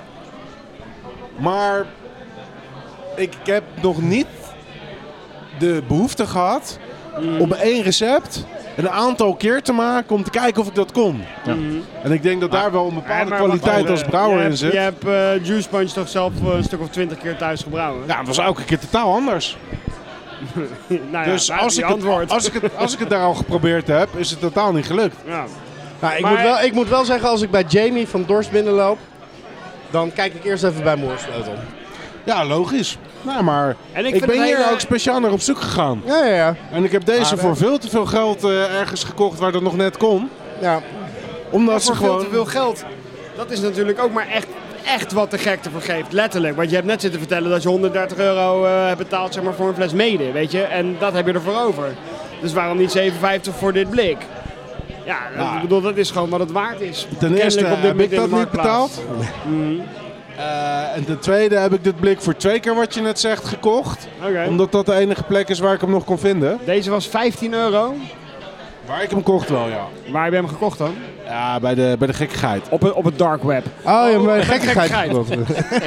Maar ik heb nog niet de behoefte gehad om één recept een aantal keer te maken om te kijken of ik dat kon. Ja. En ik denk dat daar wel een Ja, bepaalde maar kwaliteit wacht als even. brouwer je in hebt, zit. Je hebt uh, Juice Punch toch zelf uh, een stuk of twintig keer thuis gebrouwen? Ja, het was elke keer totaal anders. nou ja, Dus daar als is ik, die het, antwoord. als, ik het, als ik het daar al geprobeerd heb, is het totaal niet gelukt. Ja. Nou, ik, Maar- moet wel, ik moet wel zeggen, als ik bij Jamie van Dorst binnenloop, dan kijk ik eerst even bij Moersleutel. Ja, logisch. Nou, maar En ik, ik, vind ben het hier hele- ook speciaal naar op zoek gegaan. Ja, ja, ja. En ik heb deze Maar, voor eh, veel te veel geld uh, ergens gekocht waar dat nog net kon. ja. Omdat ze voor gewoon... veel te veel geld. Dat is natuurlijk ook maar echt, echt wat de gek ervoor geeft. Letterlijk. Want je hebt net zitten vertellen dat je honderddertig euro uh, hebt betaald zeg maar, voor een fles mede. Weet je? En dat heb je ervoor over. Dus waarom niet zeven vijftig voor dit blik? Ja, dat, Ja. ik bedoel, dat is gewoon wat het waard is. Ten eerste Kennelijk op dit heb ik moment dat in de niet marktplaats. betaald. Uh, en ten tweede heb ik dit blik voor twee keer wat je net zegt gekocht. Okay. Omdat dat de enige plek is waar ik hem nog kon vinden. Deze was vijftien euro. Waar ik hem kocht wel, ja. Waar heb je hem gekocht dan? Ja, bij de, bij de gekkigheid. Op het, op het dark web. Oh, ja, maar Oh, gekkigheid. gekkigheid.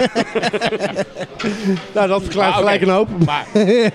Nou, dat verklaart Ah, gelijk oké. een hoop. Maar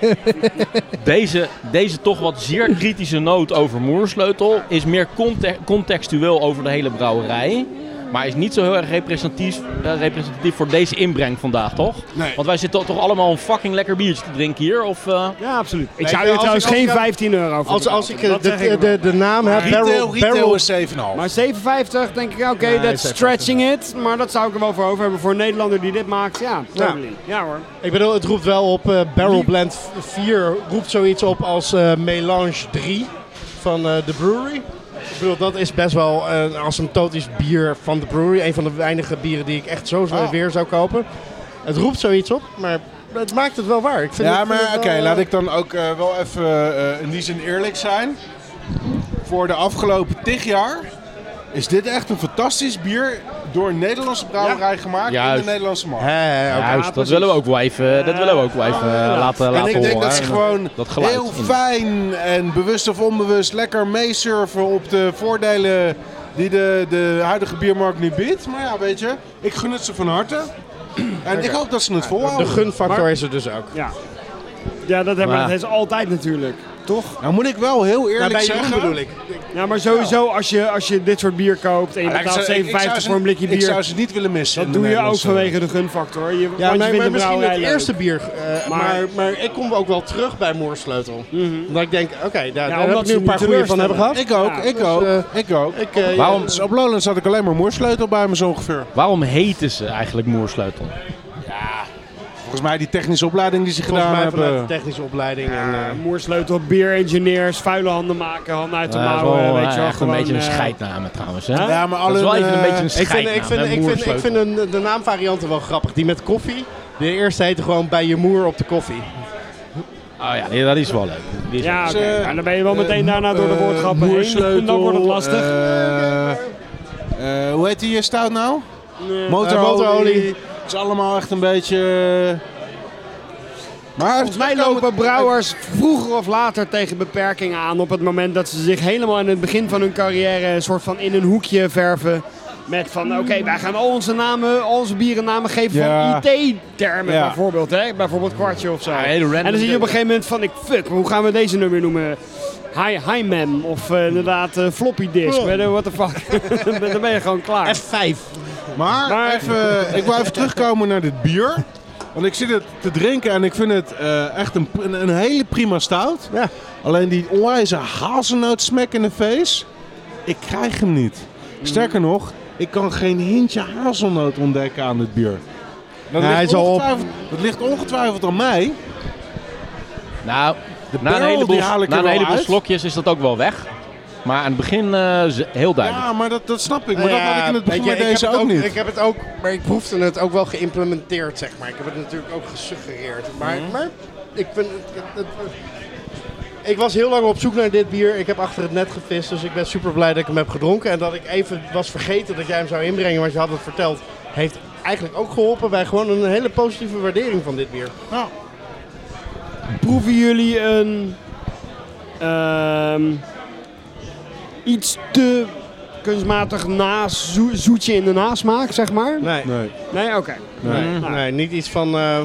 deze, deze toch wat zeer kritische noot over Moersleutel is meer conte- contextueel over de hele brouwerij. Maar is niet zo heel erg representatief, uh, representatief voor deze inbreng vandaag, toch? Nee. Want wij zitten toch allemaal een fucking lekker biertje te drinken hier? Of, uh... Ja, absoluut. Ik Nee, zou als je trouwens ik- als geen ik- vijftien euro voor Als, als betalen. ik Dat de, zeg ik de, wel. de, de naam heb, Retail, Barrel... retail barrel is zeven komma vijf. Maar zeven vijftig denk ik, oké, okay, Nee, that's zeven stretching it. Maar dat zou ik er wel voor over hebben. Voor een Nederlander die dit maakt, ja, totally. Ja, hoor. Ik bedoel, het roept wel op uh, Barrel Blend vier, roept zoiets op als uh, Melange drie van uh, de brewery. Ik bedoel, dat is best wel een uh, asymptotisch bier van de brewery. Een van de weinige bieren die ik echt zo Oh. weer zou kopen. Het roept zoiets op, maar het maakt het wel waar. Ik vind Ja, het, maar vind oké, het wel, okay, uh, laat ik dan ook uh, wel even uh, in die zin eerlijk zijn. Voor de afgelopen tig jaar is dit echt een fantastisch bier door een Nederlandse brouwerij ja. gemaakt Juist. in de Nederlandse markt. He, he, okay. Juist, dat willen we ook wel even, dat willen we ook wel even uh, laten, En laten ik denk horen. dat ze gewoon dat geluid heel in. fijn en bewust of onbewust lekker meesurfen op de voordelen die de, de huidige biermarkt nu biedt. Maar ja, weet je, ik gun het ze van harte. En ik hoop dat ze het volhouden. De gunfactor Maar- is er dus ook. Ja, ja dat, hebben, Maar- dat is altijd natuurlijk. Toch? Nou moet ik wel heel Nou, eerlijk bij Jeroen zeggen. bedoel ik. Ja, maar sowieso als je, als je dit soort bier koopt en je Ja, ik betaalt zou- ik- ik zeven vijftig zou ze- voor een blikje Ik bier, zou ze niet willen missen. dat in de doe je ook Nederlandse- vanwege de gunfactor. Je, Ja, want je maar, vindt maar de misschien brouwerij het leuk. eerste bier. uh, Maar- maar, maar ik kom ook wel terug bij Moersleutel. Mhm. Omdat ik denk, oké, okay, daar, daar omdat heb ik ze nu een paar niet goede van hebben gehad. Ik ook, Ja, ik dus, ook, uh, ik ook. Ik, uh, Waarom- Dus op Lowlands had ik alleen maar Moersleutel bij me zo ongeveer. Waarom heten ze eigenlijk Moersleutel? Volgens mij die technische opleiding die ze Volgens gedaan mij vanuit hebben. de technische opleiding. En, uh, Moersleutel, beer engineers, vuile handen maken, handen uit de Ja, dat is mouwen, wel, weet eh, je wel. echt Gewoon, een beetje een eh, scheidnaam trouwens. Hè? Huh? Ja, maar Dat is alle wel even een beetje een ik vind, scheidnaam. ik vind, hè, ik vind, ik Moersleutel. vind een, de naamvarianten wel grappig. Die met koffie. De eerste heette gewoon bij je moer op de koffie. Oh ja, nee, dat is wel leuk. Die is Ja, wel oké. Dus, uh, Maar dan ben je wel meteen daarna door de Eh, woordgrappen heen. Moersleutel, Dan wordt het lastig. eh, eh, hoe heet die stout nou? Nee. Motorolie. Eh, motorolie. Het is allemaal echt een beetje... Maar Volgens mij lopen brouwers vroeger of later tegen beperkingen aan op het moment dat ze zich helemaal in het begin van hun carrière een soort van in een hoekje verven. Met van, oké, okay, wij gaan al onze namen, al onze bieren namen geven Ja. van I T-termen Ja. bijvoorbeeld. Hè? Bijvoorbeeld kwartje of zo. Ja, hele random en dan zie je op een dingen. gegeven moment van, ik fuck, hoe gaan we deze nummer noemen? Hi, hi mem of uh, inderdaad uh, floppy disk. Weet je, what the fuck. Dan ben je gewoon klaar. F vijf. Maar, Maar- even, ik wil even terugkomen naar dit bier. Want ik zit het te drinken en ik vind het uh, echt een, een, een hele prima stout. Ja. Alleen die onwijze hazelnoot smack in de face, ik krijg hem niet. Sterker nog, ik kan geen hintje hazelnoot ontdekken aan dit bier. Dat, Ja, hij ligt, is al op. ongetwijfeld, dat ligt ongetwijfeld aan mij. Nou, na een barrel, heleboel, die haal ik na er een wel heleboel uit. slokjes is dat ook wel weg. Maar aan het begin uh, z- heel duidelijk. Ja, maar dat, dat snap ik. Maar dat had ik in het begin weet je, bij ik deze heb het ook niet. Ik heb het ook, maar ik proefde het ook wel geïmplementeerd, zeg maar. Ik heb het natuurlijk ook gesuggereerd. Maar, Mhm. maar ik vind het, het, het- ik was heel lang op zoek naar dit bier. Ik heb achter het net gevist, dus ik ben super blij dat ik hem heb gedronken. En dat ik even was vergeten dat jij hem zou inbrengen, want je had het verteld. Heeft eigenlijk ook geholpen bij gewoon een hele positieve waardering van dit bier. Nou, Proeven jullie een ehm, iets te kunstmatig nazo- zoetje in de nasmaak, zeg maar? Nee, Nee, oké. nee. Nou, nee niet iets van... eh,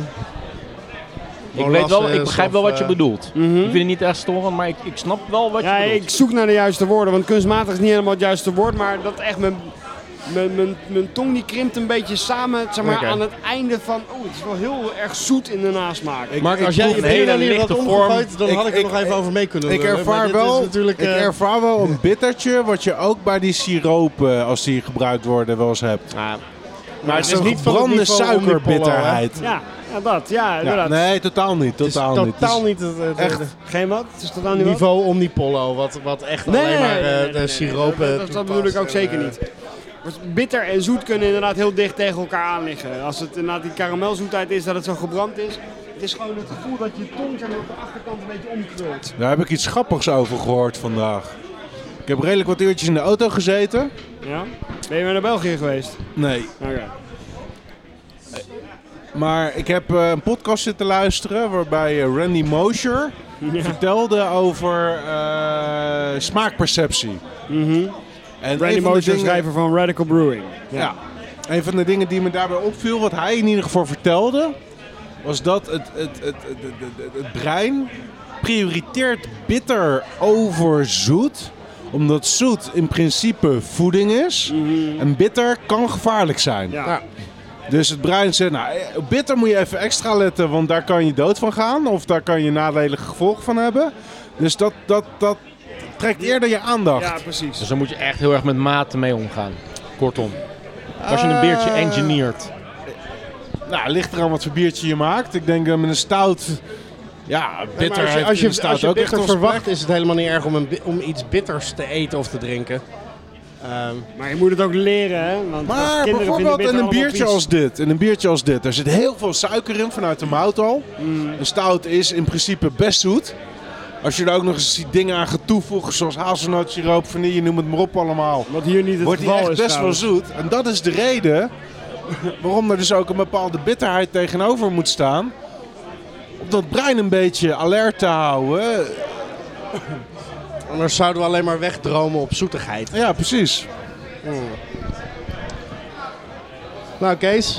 Ik, weet wel, ik molasses begrijp wel of, wat je eh, bedoelt. Mhm. Ik vind het niet echt storend, maar ik, ik snap wel wat je Ja, bedoelt. ik zoek naar de juiste woorden, want kunstmatig is niet helemaal het juiste woord, maar dat echt mijn, mijn, mijn, mijn tong die krimpt een beetje samen, zeg maar, Oké. aan het einde van, oh, het is wel heel erg zoet in de nasmaak. Ik- Mark, ik als jij je proef een hele bier dan hier had lichte vorm. omgegooid, dan Ik- had ik er ik- nog even ik- over mee kunnen Ik lullen, maar ervaar, dit is wel, natuurlijk, ik eh, ervaar wel een bittertje, wat je ook bij die siropen, als die gebruikt worden, wel eens hebt. Maar het is Zo'n niet van het gebrande niveau suikerbitterheid. Ja, ja, dat, ja, Ja, inderdaad. nee, totaal niet. Het is Totaal niet. totaal Het is niet het, het- echt- het Geen wat? Het is totaal niet wat? niveau Omnipollo, wat, wat echt Nee, alleen nee, maar nee, eh, nee, de nee, nee. siropen Dat, dat, dat bedoel ik ook toepast en, zeker eh, niet. Maar bitter en zoet kunnen inderdaad heel dicht tegen elkaar aan liggen. Als het inderdaad die karamelzoetheid is, dat het zo gebrand is. Het is gewoon het gevoel dat je tong zeg maar, op de achterkant een beetje omkrult. Daar heb ik iets grappigs over gehoord vandaag. Ik heb redelijk wat uurtjes in de auto gezeten. Ja? Ben je weer naar België geweest? Nee. Oké. Maar ik heb uh, een podcast zitten luisteren waarbij uh, Randy Mosher ja. vertelde over uh, smaakperceptie. Mm-hmm. En Randy Mosher, dingen... schrijver van Radical Brewing. Ja. ja. Een van de dingen die me daarbij opviel, wat hij in ieder geval vertelde, was dat het, het, het, het, het, het, het brein prioriteert bitter over zoet, omdat zoet in principe voeding is. Mm-hmm. En bitter kan gevaarlijk zijn. Ja. Ja. Dus het brein zegt, nou, bitter moet je even extra letten, want daar kan je dood van gaan. Of daar kan je nadelige gevolgen van hebben. Dus dat, dat, dat trekt eerder je aandacht. Ja, precies. Dus daar moet je echt heel erg met mate mee omgaan. Kortom. Als je een biertje engineert. Uh, nou, ligt eraan wat voor biertje je maakt. Ik denk dat met een stout... Ja, bitter. Nee, als je, als je, als je bitter verwacht, is het helemaal niet erg om, een, om iets bitters te eten of te drinken. Um, maar je moet het ook leren, hè? Want maar bijvoorbeeld in een biertje als dit, in een biertje als dit, er zit heel veel suiker in vanuit de mout al. Mm. Een stout is in principe best zoet. Als je er ook nog eens die dingen aan gaat toevoegen, zoals hazelnootssiroop, vanille, noem het maar op allemaal. Wat hier niet het wordt geval die echt is, best trouwens. wel zoet. En dat is de reden waarom er dus ook een bepaalde bitterheid tegenover moet staan. Om dat brein een beetje alert te houden. Anders zouden we alleen maar wegdromen op zoetigheid. Ja, precies. Hmm. Nou, Kees.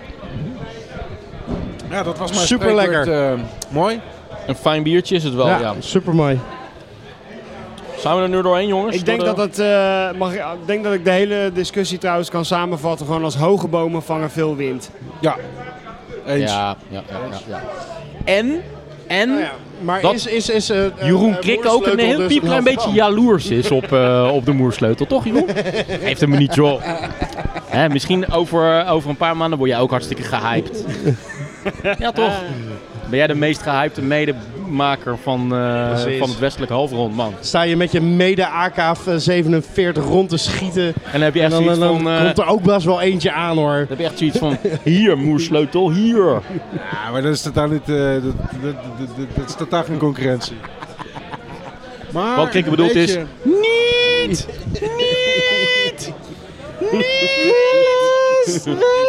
Ja, dat was mijn super lekker. Uh, mooi. Een fijn biertje is het wel, ja. ja. Super mooi. Zijn we er nu doorheen, jongens? Ik denk, Door dat, het, uh, mag ik, ik denk dat ik de hele discussie trouwens kan samenvatten. Gewoon als hoge bomen vangen veel wind. Ja. Eens. Ja, ja, ja, ja, ja. En... En nou ja, maar dat is, is, is, uh, Jeroen uh, Krik ook een heel dus klein beetje jaloers is op, uh, op de moersleutel, toch Jeroen? Heeft hem niet, joh. Hè, misschien over, over een paar maanden word jij ook hartstikke gehyped. Ja, toch? Ben jij de meest gehypte medemaker van, uh, van het westelijke halfrond, man? Sta je met je mede-A K zevenenveertig rond te schieten. En dan heb je echt dan, zoiets dan, van... Dan uh, komt er ook best wel eentje aan, hoor. Dan heb je echt zoiets van, hier moersleutel, hier. Ja, maar dat is totaal niet... Uh, dat, dat, dat, dat, dat is totaal geen concurrentie. Maar wat Krikke bedoelt is... Niet! Niet! Niet!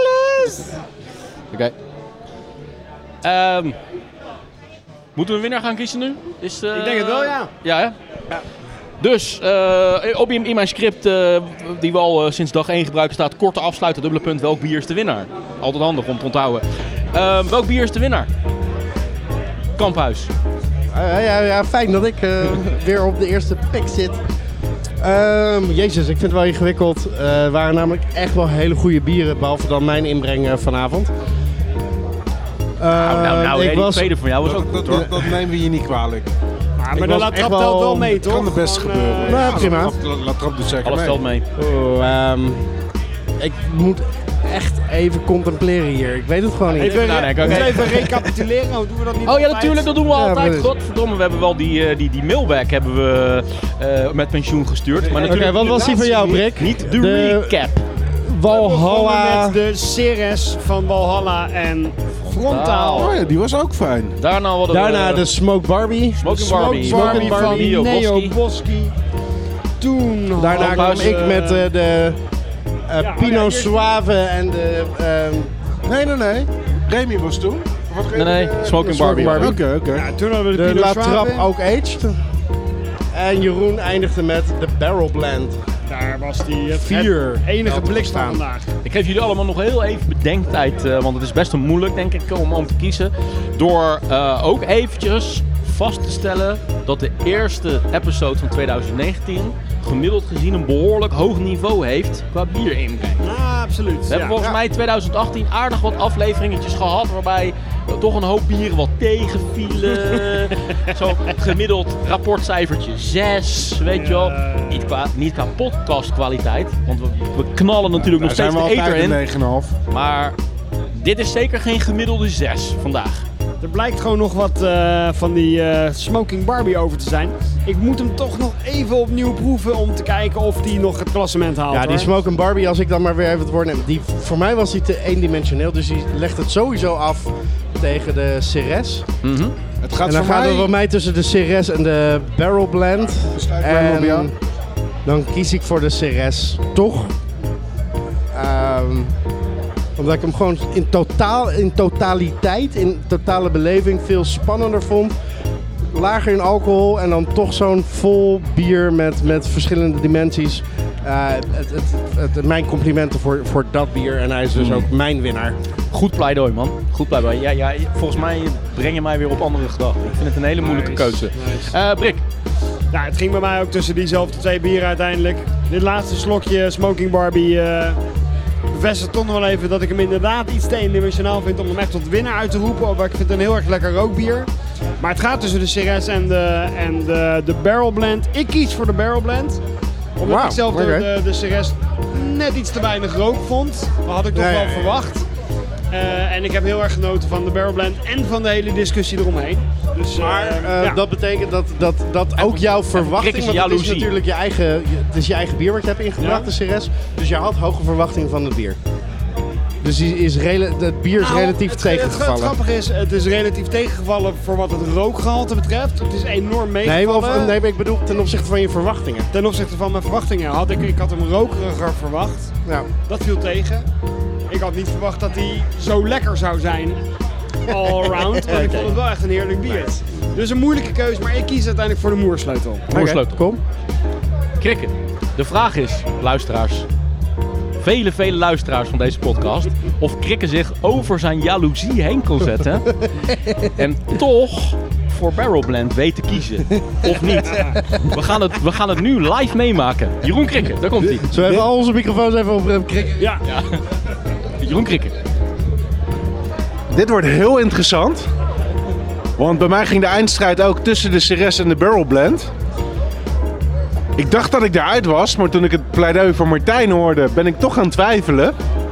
Oké. Okay. Um, moeten we een winnaar gaan kiezen nu? Is, uh, ik denk het wel, ja. Ja, hè? Ja. Dus, uh, op in, in mijn script, uh, die we al uh, sinds dag één gebruiken, staat korte afsluiten, dubbele punt, welk bier is de winnaar? Altijd handig om te onthouden. Uh, welk bier is de winnaar? Kamphuis. Uh, ja, ja, fijn dat ik uh, weer op de eerste pick zit. Um, jezus, ik vind het wel ingewikkeld. Er uh, waren namelijk echt wel hele goede bieren, behalve dan mijn inbreng uh, vanavond. Uh, nou, nou, nou, ik was... die tweede van jou was dat, ook goed, dat, hoor. Dat, dat nemen we je niet kwalijk. Ja, maar de La Trappe telt wel mee, toch? Kan het best Gewoon, gebeuren. Uh, nou, ja, prima. La Trappe doet zeker Alles mee. telt mee. Oh, um, ik moet echt even contempleren hier. Ik weet het gewoon niet. Even, nadenken, okay. okay. even recapituleren. Hoe doen we dat niet? Oh ja, natuurlijk, dat doen we altijd. Ja, Godverdomme, we hebben wel die, uh, die, die mailback hebben we uh, met pensioen gestuurd. Oké, okay, wat was die van jou, Brik? Niet de, de recap. Valhalla. Met de Ceres van Valhalla en Frontaal. Oh ja, die was ook fijn. Daarna, hadden Daarna we, de Smoke Barbie. Smoking Smoke Barbie. Barbie, Smoking Barbie van Neo Boski. Boski. Toen Daarna kwam was, ik uh, met uh, de uh, ja, Pinot ja, Suave en de... Um, Nee, nee, nee. Remy was toen. Wat Nee, nee, Smoking Barbie. Barbie. Oké, okay, oké. Okay. Ja, toen hadden we de, de Pinot La Suave. Trappe ook aged. En Jeroen eindigde met de Barrel Blend. Daar was die het, Vier. het enige blik van staan. vandaag. Ik geef jullie allemaal nog heel even bedenktijd, uh, want het is best wel moeilijk, denk ik, om, om te kiezen. Door uh, ook eventjes vast te stellen dat de eerste episode van twintig negentien gemiddeld gezien een behoorlijk hoog niveau heeft qua bierinbreng. Ja, absoluut. We hebben ja. volgens ja. mij twintig achttien aardig wat afleveringetjes gehad waarbij uh, toch een hoop bieren wat tegenvielen. Zo'n gemiddeld rapportcijfertje zes, weet je wel. Niet qua, niet qua podcastkwaliteit, want we, we knallen natuurlijk nog steeds de eter in. negen komma vijf. Maar dit is zeker geen gemiddelde zes vandaag. Er blijkt gewoon nog wat uh, van die uh, Smoking Barbie over te zijn. Ik moet hem toch nog even opnieuw proeven om te kijken of die nog het klassement haalt. Ja, die hoor. Smoking Barbie, als ik dan maar weer even het woord neem. Die, voor mij was die te eendimensioneel, dus die legt het sowieso af tegen de Ceres. Mm-hmm. Het gaat En dan voor gaat mij... het bij mij tussen de Ceres en de Barrel Blend. En dan kies ik voor de Ceres, toch? Um, Omdat ik hem gewoon in, totaal, in totaliteit, in totale beleving veel spannender vond. Lager in alcohol en dan toch zo'n vol bier met, met verschillende dimensies. Uh, het, het, het, het, mijn complimenten voor, voor dat bier en hij is dus mm. ook mijn winnaar. Goed pleidooi, man. Goed pleidooi. Ja, ja, volgens mij breng je mij weer op andere gedachten. Ik vind het een hele moeilijke nice. keuze. Nice. Uh, Brik. Nou, het ging bij mij ook tussen diezelfde twee bieren uiteindelijk. Dit laatste slokje Smoking Barbie uh, bevestigt toch nog wel even dat ik hem inderdaad iets te eendimensionaal vind om hem echt tot winnaar uit te roepen. Maar ik vind het een heel erg lekker rookbier. Maar het gaat tussen de Ceres en de, en de, de Barrel Blend. Ik kies voor de Barrel Blend. Omdat wow, ik zelf okay. de, de, de Ceres net iets te weinig rook vond. Dat had ik toch ja, wel ja, ja. verwacht. Uh, en ik heb heel erg genoten van de Barrel Blend en van de hele discussie eromheen. Dus, uh, maar uh, ja. dat betekent dat, dat, dat ook jouw verwachting, want het is natuurlijk je eigen, het is je eigen bier wat je hebt ingebracht, ja. de Ceres. Dus je had hoge verwachtingen van het bier. Dus die is rela- het bier is nou, relatief het, tegengevallen. Het, het grappige is, het is relatief tegengevallen voor wat het rookgehalte betreft. Het is enorm meegevallen. Nee, of, nee, maar ik bedoel ten opzichte van je verwachtingen. Ten opzichte van mijn verwachtingen had ik, ik had hem rokeriger verwacht. Ja. Dat viel tegen. Ik had niet verwacht dat hij zo lekker zou zijn. All around. Maar ik vond het wel echt een heerlijk bier. Dus een moeilijke keuze, maar ik kies uiteindelijk voor de Moersleutel. Moersleutel, kom. Krikken. De vraag is, luisteraars. Vele, vele luisteraars van deze podcast. Of Krikken zich over zijn jaloezie heen kon zetten. En toch voor Barrel Blend weet te kiezen. Of niet. We gaan het, we gaan het nu live meemaken. Jeroen Krikken, daar komt hij. Zullen we even al onze microfoons even op hem Krikken? Ja. ja. Jeroen Krikken. Dit wordt heel interessant. Want bij mij ging de eindstrijd ook tussen de Ceres en de Barrel Blend. Ik dacht dat ik eruit was, maar toen ik het pleidooi van Martijn hoorde, ben ik toch gaan twijfelen.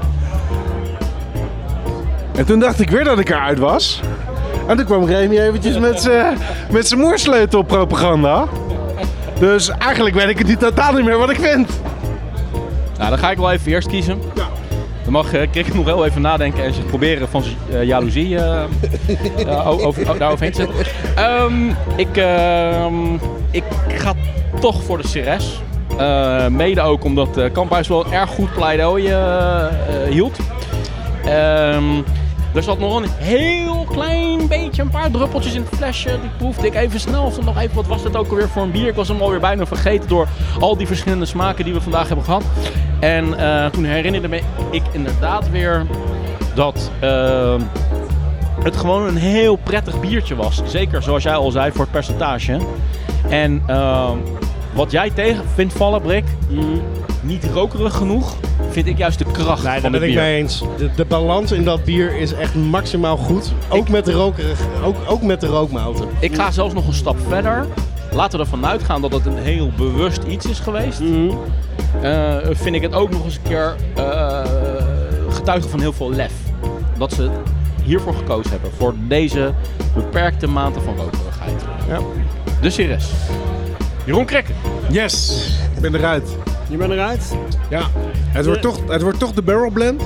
En toen dacht ik weer dat ik eruit was. En toen kwam Remy eventjes met zijn Moersleutel propaganda. Dus eigenlijk weet ik het niet totaal niet meer wat ik vind. Nou, dan ga ik wel even eerst kiezen. Ja. Dan mag uh, Krikken nog wel even nadenken en zich proberen van zijn uh, jaloezie uh, uh, over, uh, daaroverheen te zetten. Um, ik, uh, ik ga toch voor de Ceres. Uh, mede ook omdat uh, Kamphuis wel erg goed pleidooi uh, uh, hield. Um, er zat nog een heel klein beetje, een paar druppeltjes in het flesje. Die proefde ik even snel. Of nog even, wat was dat ook alweer voor een bier? Ik was hem alweer bijna vergeten door al die verschillende smaken die we vandaag hebben gehad. En uh, toen herinnerde me ik inderdaad weer dat uh, het gewoon een heel prettig biertje was. Zeker zoals jij al zei voor het percentage. En uh, wat jij tegen vindt vallen, Brik, mm. niet rokerig genoeg, vind ik juist de kracht nee, van het bier. Daar ben ik mee eens. De, de balans in dat bier is echt maximaal goed. Ook, ik, met, de rokerig, ook, ook met de rookmouten. Ik ga zelfs nog een stap verder. Laten we ervan uitgaan dat het een heel bewust iets is geweest. Mm-hmm. Uh, vind ik het ook nog eens een keer uh, getuige van heel veel lef. Dat ze hiervoor gekozen hebben. Voor deze beperkte mate van rokerigheid. Ja. De Ceres. Jeroen Krikken. Yes, ik ben eruit. Je bent eruit? Ja. Het wordt, toch, het wordt toch de Barrel Blend.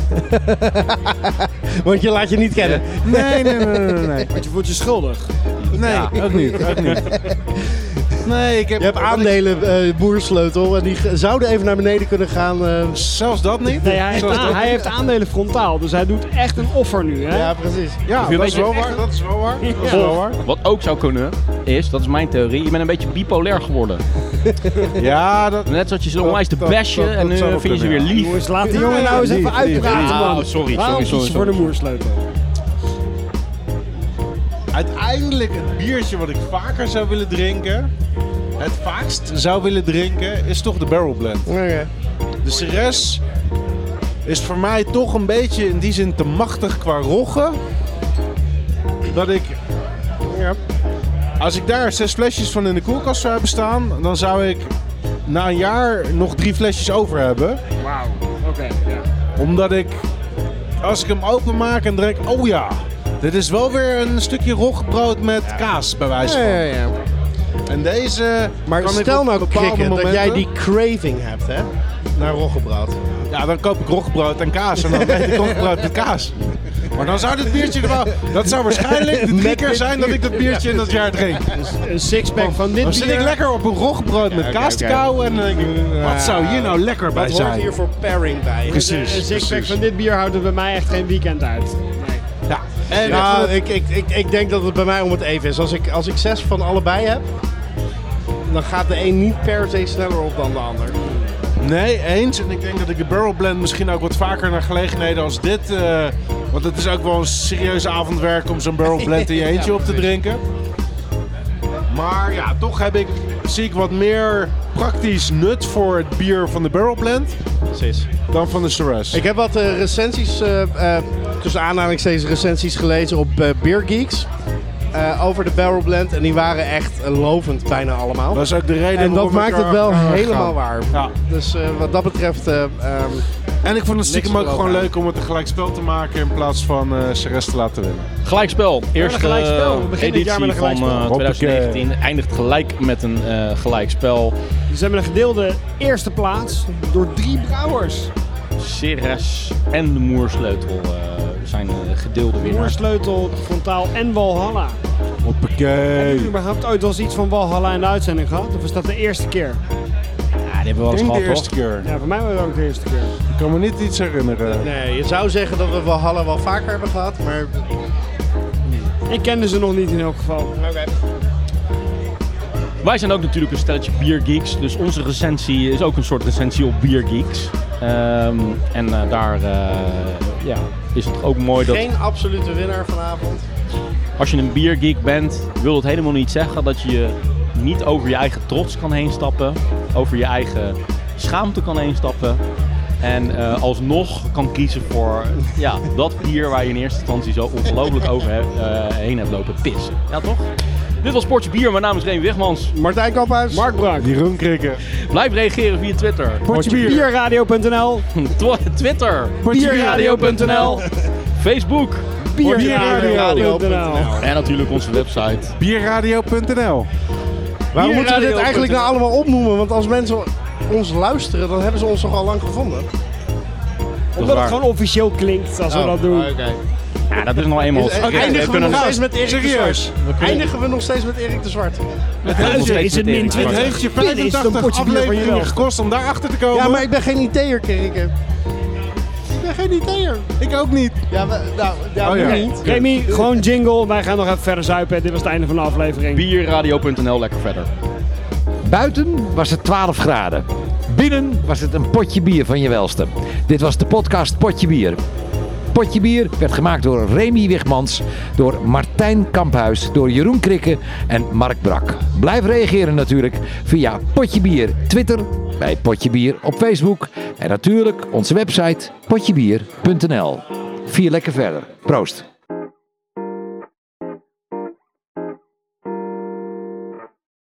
Want je laat je niet kennen. Nee, nee, nee, nee, nee. nee. Want je voelt je schuldig. Nee, ja. ook niet. Ook niet. Nee, ik heb... Je hebt aandelen uh, Moersleutel en die g- zouden even naar beneden kunnen gaan. Uh... Zelfs dat niet? Nee, hij, heeft, aan, hij heeft aandelen frontaal, dus hij doet echt een offer nu. Hè? Ja, precies. Ja, dat is, wel waar, dat is wel waar. Dat is wel waar. Wat ook zou kunnen, is, dat is mijn theorie, je bent een beetje bipolair geworden. Ja, dat... Net zoals je zo onwijs te bashen en nu vind je ze weer lief. Jongens, laat die jongen nou eens even uitpraten, man. Oh, sorry, sorry, sorry. Voor de Moersleutel. Uiteindelijk het biertje wat ik vaker zou willen drinken, het vaakst zou willen drinken, is toch de Barrel Blend. Okay. De Ceres is voor mij toch een beetje in die zin te machtig qua roggen. Dat ik... Ja, als ik daar zes flesjes van in de koelkast zou hebben staan, dan zou ik na een jaar nog drie flesjes over hebben. Wauw, oké. Okay, yeah. Omdat ik, als ik hem openmaak en drink, oh ja, dit is wel weer een stukje roggebrood met ja. kaas bij wijze van. Ja, ja, ja. En deze... Maar stel nou, Krikken, dat jij die craving hebt, hè, naar roggebrood. Ja, dan koop ik roggebrood en kaas en dan eet ik roggebrood met kaas. Maar dan zou dit biertje er wel... Dat zou waarschijnlijk de drie keer zijn dat ik dat biertje in dat jaar drink. Een sixpack van dit Dan zit bier. ik lekker op een roggebrood met Ja, kaas te oké, oké. kauwen en dan denk ik, wat zou hier nou lekker bij Wat hoort zijn? hier voor pairing bij? Precies. Een sixpack precies. van dit bier houdt er bij mij echt geen weekend uit. Nee. Ja. En Ja, echt, ik, ik, ik, ik denk dat het bij mij om het even is. Als ik, als ik zes van allebei heb, dan gaat de een niet per se sneller op dan de ander. nee, eens. En ik denk dat ik de Barrel Blend misschien ook wat vaker naar gelegenheden als dit... eh, want het is ook wel een serieus avondwerk om zo'n Barrel Blend in je eentje Ja, op te precies. drinken. Maar ja, toch heb ik, zie ik wat meer praktisch nut voor het bier van de Barrel Blend Precies. dan van de Shiraz. Ik heb wat eh, recensies, eh, eh, tussen aanhalingstekens recensies gelezen op eh, Beer Geeks. eh, over de Barrel Blend. En die waren echt eh, lovend, bijna allemaal. Dat is ook de reden En dat waarom maakt ik het er wel aan helemaal ga. waar. Ja. Dus eh, wat dat betreft... eh, ehm, En ik vond het stiekem ook Niks gewoon erover. leuk om het een gelijkspel te maken in plaats van uh, Shiraz te laten winnen. Gelijkspel. Eerste een gelijkspel. We eh, beginnen dit jaar editie met een van gelijkspel. eh, twintig negentien. Eindigt gelijk met een eh, gelijkspel. Dus we hebben een gedeelde eerste plaats door drie brouwers. Ceres en de Moersleutel eh, zijn uh, gedeelde winnaars. Moersleutel, Frontaal en Walhalla. Hebben Hoppakee. jullie überhaupt ooit wel eens iets van Walhalla in de uitzending gehad? Of is dat de eerste keer? Ja, die hebben we wel Ik eens denk de gehad, eerste toch? keer. Ja, voor mij was het ook de eerste keer. Ik kan me niet iets herinneren. nee, je zou zeggen dat we Valhalla wel vaker hebben gehad, maar... Ik kende ze nog niet in elk geval. Oké. Wij zijn ook natuurlijk een stelletje biergeeks. Dus onze recensie is ook een soort recensie op biergeeks. Ehm en uh, daar uh, ja, is het ook mooi dat... Geen absolute winnaar vanavond. Als je een biergeek bent, wil het helemaal niet zeggen dat je niet over je eigen trots kan heen stappen. Over je eigen schaamte kan heen stappen. En uh, alsnog kan kiezen voor ja, dat bier waar je in eerste instantie zo ongelooflijk over he, uh, heen hebt lopen pissen. Ja, toch? Dit was Potje Bier. Mijn naam is Reen Wigmans. Martijn Kamphuis. Mark Brak. Jeroen Krikke. Blijf reageren via Twitter. Potje bier. Bierradio punt n l. Tw- Twitter. Bierradio punt n l. Facebook. Bierradio punt n l. En natuurlijk onze website. Bierradio punt n l. Waarom moeten we dit Bierradio eigenlijk nou punt n l? allemaal opnoemen? Want als mensen ons luisteren, dan hebben ze ons toch al lang gevonden. Omdat waar. het gewoon officieel klinkt als we dat doen. Oké. Ja, dat is nou eenmaal... Is- We Eindigen we kunnen- nog steeds met Erik de serieus? Zwart? Eindigen we nog steeds met Erik de Zwart? we kunnen nog steeds Is het met min Erik twintig? Het heeft je Dit is een vijfentachtig potje bier van je afleveringen wel. gekost om daar achter te komen. Ja, maar ik ben geen I T'er, Kerike. Ik ben geen I T'er. Ik ook niet. Ja, we, nou, ja, Oh, nu ja. niet. Remy, gewoon jingle. Wij gaan nog even verder zuipen. Dit was het einde van de aflevering. Bierradio punt n l, lekker verder. Buiten was het twaalf graden. Binnen was het een potje bier van je welste. Dit was de podcast Potje Bier. Potje Bier werd gemaakt door Remy Wigmans, door Martijn Kamphuis, door Jeroen Krikke en Mark Brak. Blijf reageren natuurlijk via Potje Bier Twitter, bij Potje Bier op Facebook en natuurlijk onze website potjebier punt n l. Vier lekker verder. Proost.